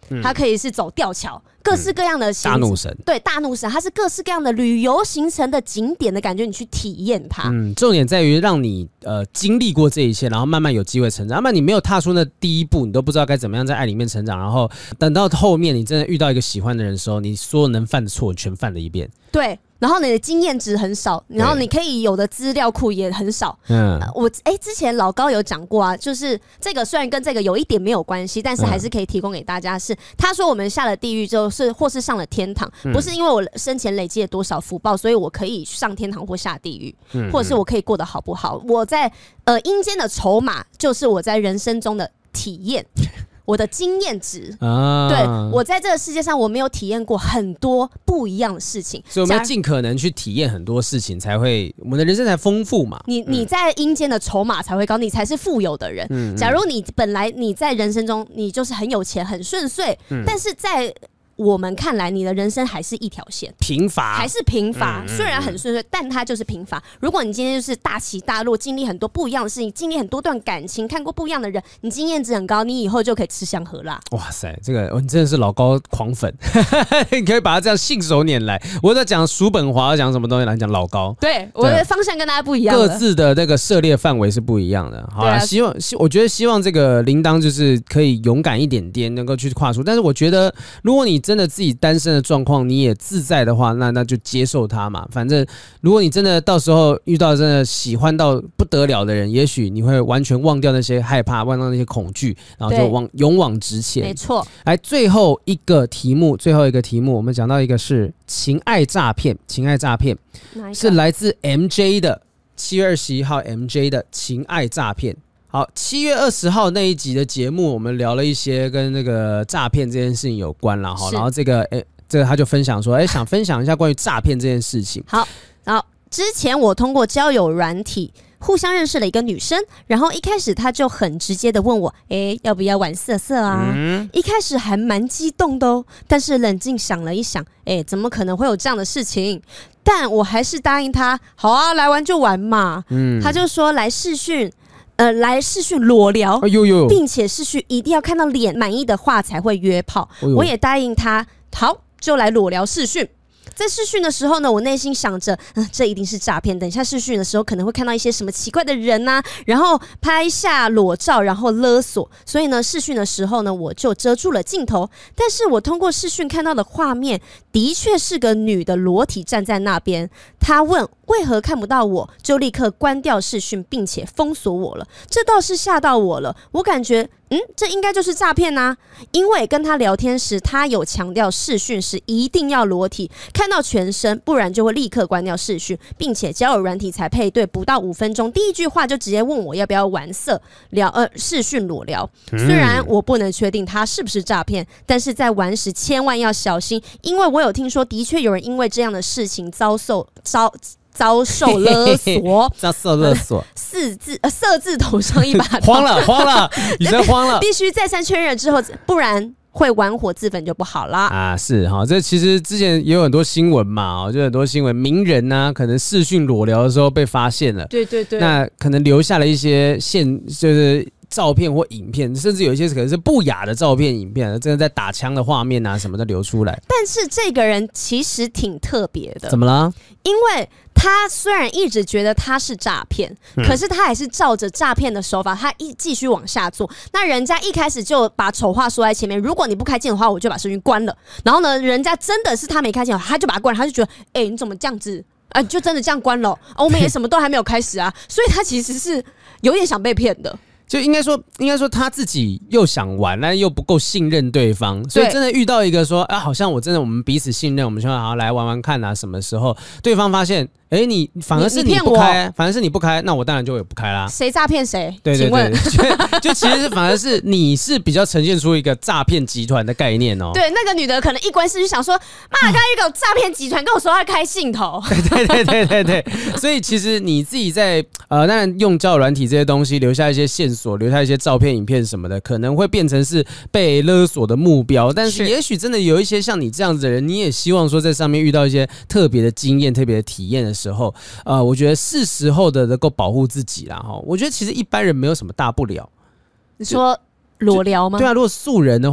它、嗯、可以是走吊桥，各式各样的行程、 嗯、大怒神， 对，大怒神，它是各式各样的旅游行程的景点的感觉，你去体验它。 嗯，重点在于让你呃经历过这一切，然后慢慢有机会成长。要不然你没有踏出那第一步，你都不知道该怎么样在爱里面成长。然后等到后面你真的遇到一个喜欢的人的时候，你所有能犯的错全犯了一遍。 对。然后你的经验值很少，然后你可以有的资料库也很少。嗯，呃、我哎、欸，之前老高有讲过啊，就是这个虽然跟这个有一点没有关系，但是还是可以提供给大家是。是他说我们下了地狱之后是或是上了天堂，不是因为我生前累积了多少福报，所以我可以上天堂或下地狱，嗯、或者是我可以过得好不好？我在呃阴间的筹码就是我在人生中的体验。我的经验值、啊、对，我在这个世界上我没有体验过很多不一样的事情， 所以我们要尽可能去体验很多事情，才会我们的人生才丰富嘛。 你你在阴间的筹码才会高，你才是富有的人。嗯、假如你本来你在人生中你就是很有钱很顺遂、嗯，但是在我们看来，你的人生还是一条线， 贫乏， 还是贫乏。嗯、虽然很顺遂，但它就是贫乏。如果你今天就是大起大落，经历很多不一样的事情，经历很多段感情，看过不一样的人，你经验值很高，你以后就可以吃香喝辣。 哇塞，这个你真的是老高狂粉，你可以把它这样信手拈来。我在讲叔本华，讲什么东西来讲老高， 对，我的方向跟大家不一样， 各自的那个涉猎范围是不一样的。好啦，啊、希望我觉得希望这个铃铛就是可以勇敢一点点，能够去跨出。但是我觉得，如果你真的自己单身的状况你也自在的话，那那就接受它嘛。反正如果你真的到时候遇到真的喜欢到不得了的人，也许你会完全忘掉那些害怕，忘掉那些恐惧，然后就往勇往直前。 没错。来， 最后一个题目，最后一个题目，我们讲到一个是情爱诈骗，情爱诈骗是来自 M J 的七月二十一号 M J 的情爱诈骗。好，七月二十号那一集的节目，我们聊了一些跟那个诈骗这件事情有关啦。好，然后这个诶，这个他就分享说，哎，想分享一下关于诈骗这件事情。 好，然后之前我通过交友软体互相认识了一个女生，然后一开始她就很直接的问我，哎，要不要玩色色啊？嗯、一开始还蛮激动的哦，但是冷静想了一想，哎，怎么可能会有这样的事情？但我还是答应她，好啊，来玩就玩嘛。嗯，她就说来视讯。呃，来视讯裸聊，哎呦呦，并且视讯一定要看到脸满意的话才会约炮。哎、我也答应他，好，就来裸聊视讯。在视讯的时候呢，我内心想着，嗯，这一定是诈骗。等一下视讯的时候，可能会看到一些什么奇怪的人啊，然后拍下裸照，然后勒索。所以呢，视讯的时候呢，我就遮住了镜头。但是我通过视讯看到的画面，的确是个女的裸体站在那边。她问为何看不到我，就立刻关掉视讯，并且封锁我了。这倒是吓到我了，我感觉。嗯，这应该就是诈骗啊！因为跟他聊天时，他有强调视讯时一定要裸体，看到全身，不然就会立刻关掉视讯，并且交友软体才配对不到五分钟，第一句话就直接问我要不要玩色聊呃视讯裸聊。虽然我不能确定他是不是诈骗，但是在玩时千万要小心，因为我有听说，的确有人因为这样的事情遭受遭。遭受勒索， 遭受勒索， 四字呃色字头上一把刀， 慌了慌了，你真慌了， 必须再三确认之后，不然会玩火自焚就不好啦。 啊，是哈，这其实之前也有很多新闻嘛，就很多新闻，名人呐、啊，可能视讯裸聊的时候被发现了， 对对对， 那可能留下了一些线，就是照片或影片，甚至有一些可能是不雅的照片、影片，真的在打枪的画面啊什么的流出来。 但是这个人其实挺特别的， 怎么了？ 因为他虽然一直觉得他是诈骗、嗯，可是他还是照着诈骗的手法，他一继续往下做。那人家一开始就把丑话说在前面，如果你不开镜的话，我就把视讯关了。然后呢，人家真的是他没开镜，他就把它关了，他就觉得，哎、欸，你怎么这样子？啊，就真的这样关了、啊？我们也什么都还没有开始啊，所以他其实是有点想被骗的。 就应该说，应该说他自己又想玩，但又不够信任对方，所以真的遇到一个说，啊，好像我真的我们彼此信任，我们说好来玩玩看啊，什么时候对方发现，哎、欸，你反而是你不开，反而是你不开，那我当然就也不开啦。 谁诈骗谁？ 对对对，就, 就其实是反而是你是比较呈现出一个诈骗集团的概念哦。 对，那个女的可能一关视就想说，妈，刚刚一个诈骗集团跟我说要开镜头。 对对对对对，所以其实你自己在呃，当然用交友软体这些东西留下一些线索，留下一些照片、影片什么的，可能会变成是被勒索的目标。但是也许真的有一些像你这样子的人，你也希望说在上面遇到一些特别的经验、特别的体验的时候，呃，我觉得是时候的能够保护自己啦。哈，我觉得其实一般人没有什么大不了。 你说裸聊吗？ 对啊，如果素人的话，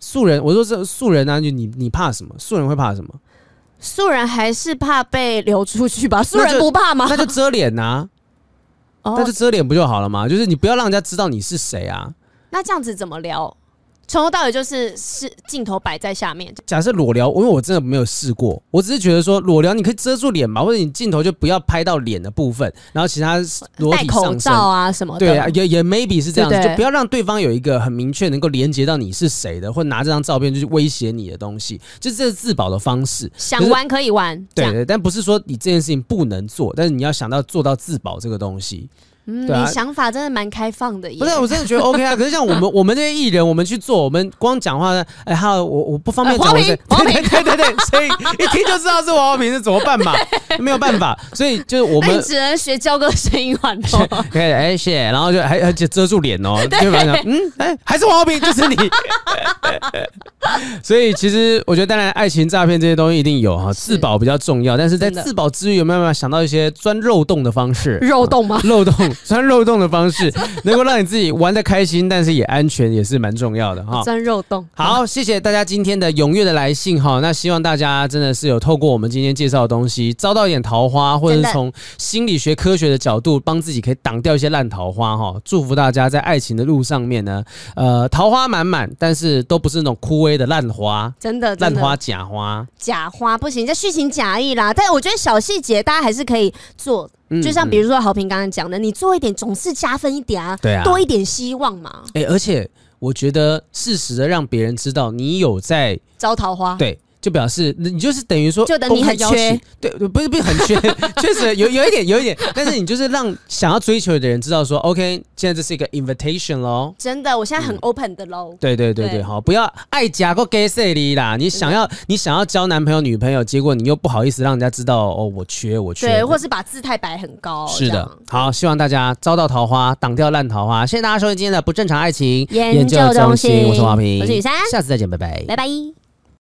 素人，我说这素人啊，就你你怕什么？素人会怕什么？ 素人还是怕被流出去吧？素人不怕吗？ 那就遮脸啊， 哦那就遮脸不就好了吗？就是你不要让人家知道你是谁啊。 那这样子怎么聊？从头到尾就是是镜头摆在下面。 假设裸聊，因为我真的没有试过，我只是觉得说裸聊你可以遮住脸嘛，或者你镜头就不要拍到脸的部分，然后其他裸体上身戴口罩啊什么的。 对啊，也也 maybe 是这样子， 对对， 就不要让对方有一个很明确能够连接到你是谁的，或拿这张照片就是威胁你的东西，就是这是自保的方式。 想玩可以玩， 对对，但不是说你这件事情不能做，但是你要想到做到自保这个东西。 嗯， 对啊， 你想法真的蛮开放的耶。 不是，我真的觉得 OK 啊。可是像我们我们这些艺人，我们去做，我们光讲话呢，哎，还有我我不方便讲我是， 黄平， 对对对对，所以一听就知道是王浩平是怎么办嘛，没有办法，所以就是我们只能学焦哥声音缓头。 哎哎谢，然后就还而且遮住脸哦，就反正嗯哎还是王浩平就是你。所以其实我觉得，当然爱情诈骗这些东西一定有哈，自保比较重要，但是在自保之余有没有办法想到一些钻漏洞的方式？ 漏洞吗？ 漏洞。钻漏洞的方式，能够让你自己玩得开心，但是也安全，也是蛮重要的哈。 钻漏洞。 好，谢谢大家今天的踊跃的来信哈。那希望大家真的是有透过我们今天介绍的东西，招到一点桃花，或者是从心理学科学的角度，帮自己可以挡掉一些烂桃花哈。祝福大家在爱情的路上面呢，呃，桃花满满，但是都不是那种枯萎的烂花， 真的， 烂花假花， 假花不行，这虚情假意啦。但我觉得小细节大家还是可以做。就像比如说豪平刚刚讲的，你做一点总是加分一点啊， 对啊， 多一点希望嘛。 哎、欸，而且我觉得适时的让别人知道你有在招桃花， 对。就表示你就是等于说， 就等你很缺， 对，不是不是很缺，确实有有一点有一点，但是你就是让想要追求的人知道说 ，OK， 现在这是一个 invitation 咯。 真的，我现在很 open 的咯。 嗯、对对对对，好，不要爱假个 gay 色里啦。你想要你想要交男朋友女朋友，结果你又不好意思让人家知道哦，我缺我缺， 对，或是把姿态摆很高。 是的，好，希望大家招到桃花，挡掉烂桃花。谢谢大家收听今天的不正常爱情研究中心， 我是华平， 我是雨珊， 下次再见，拜拜， 拜拜。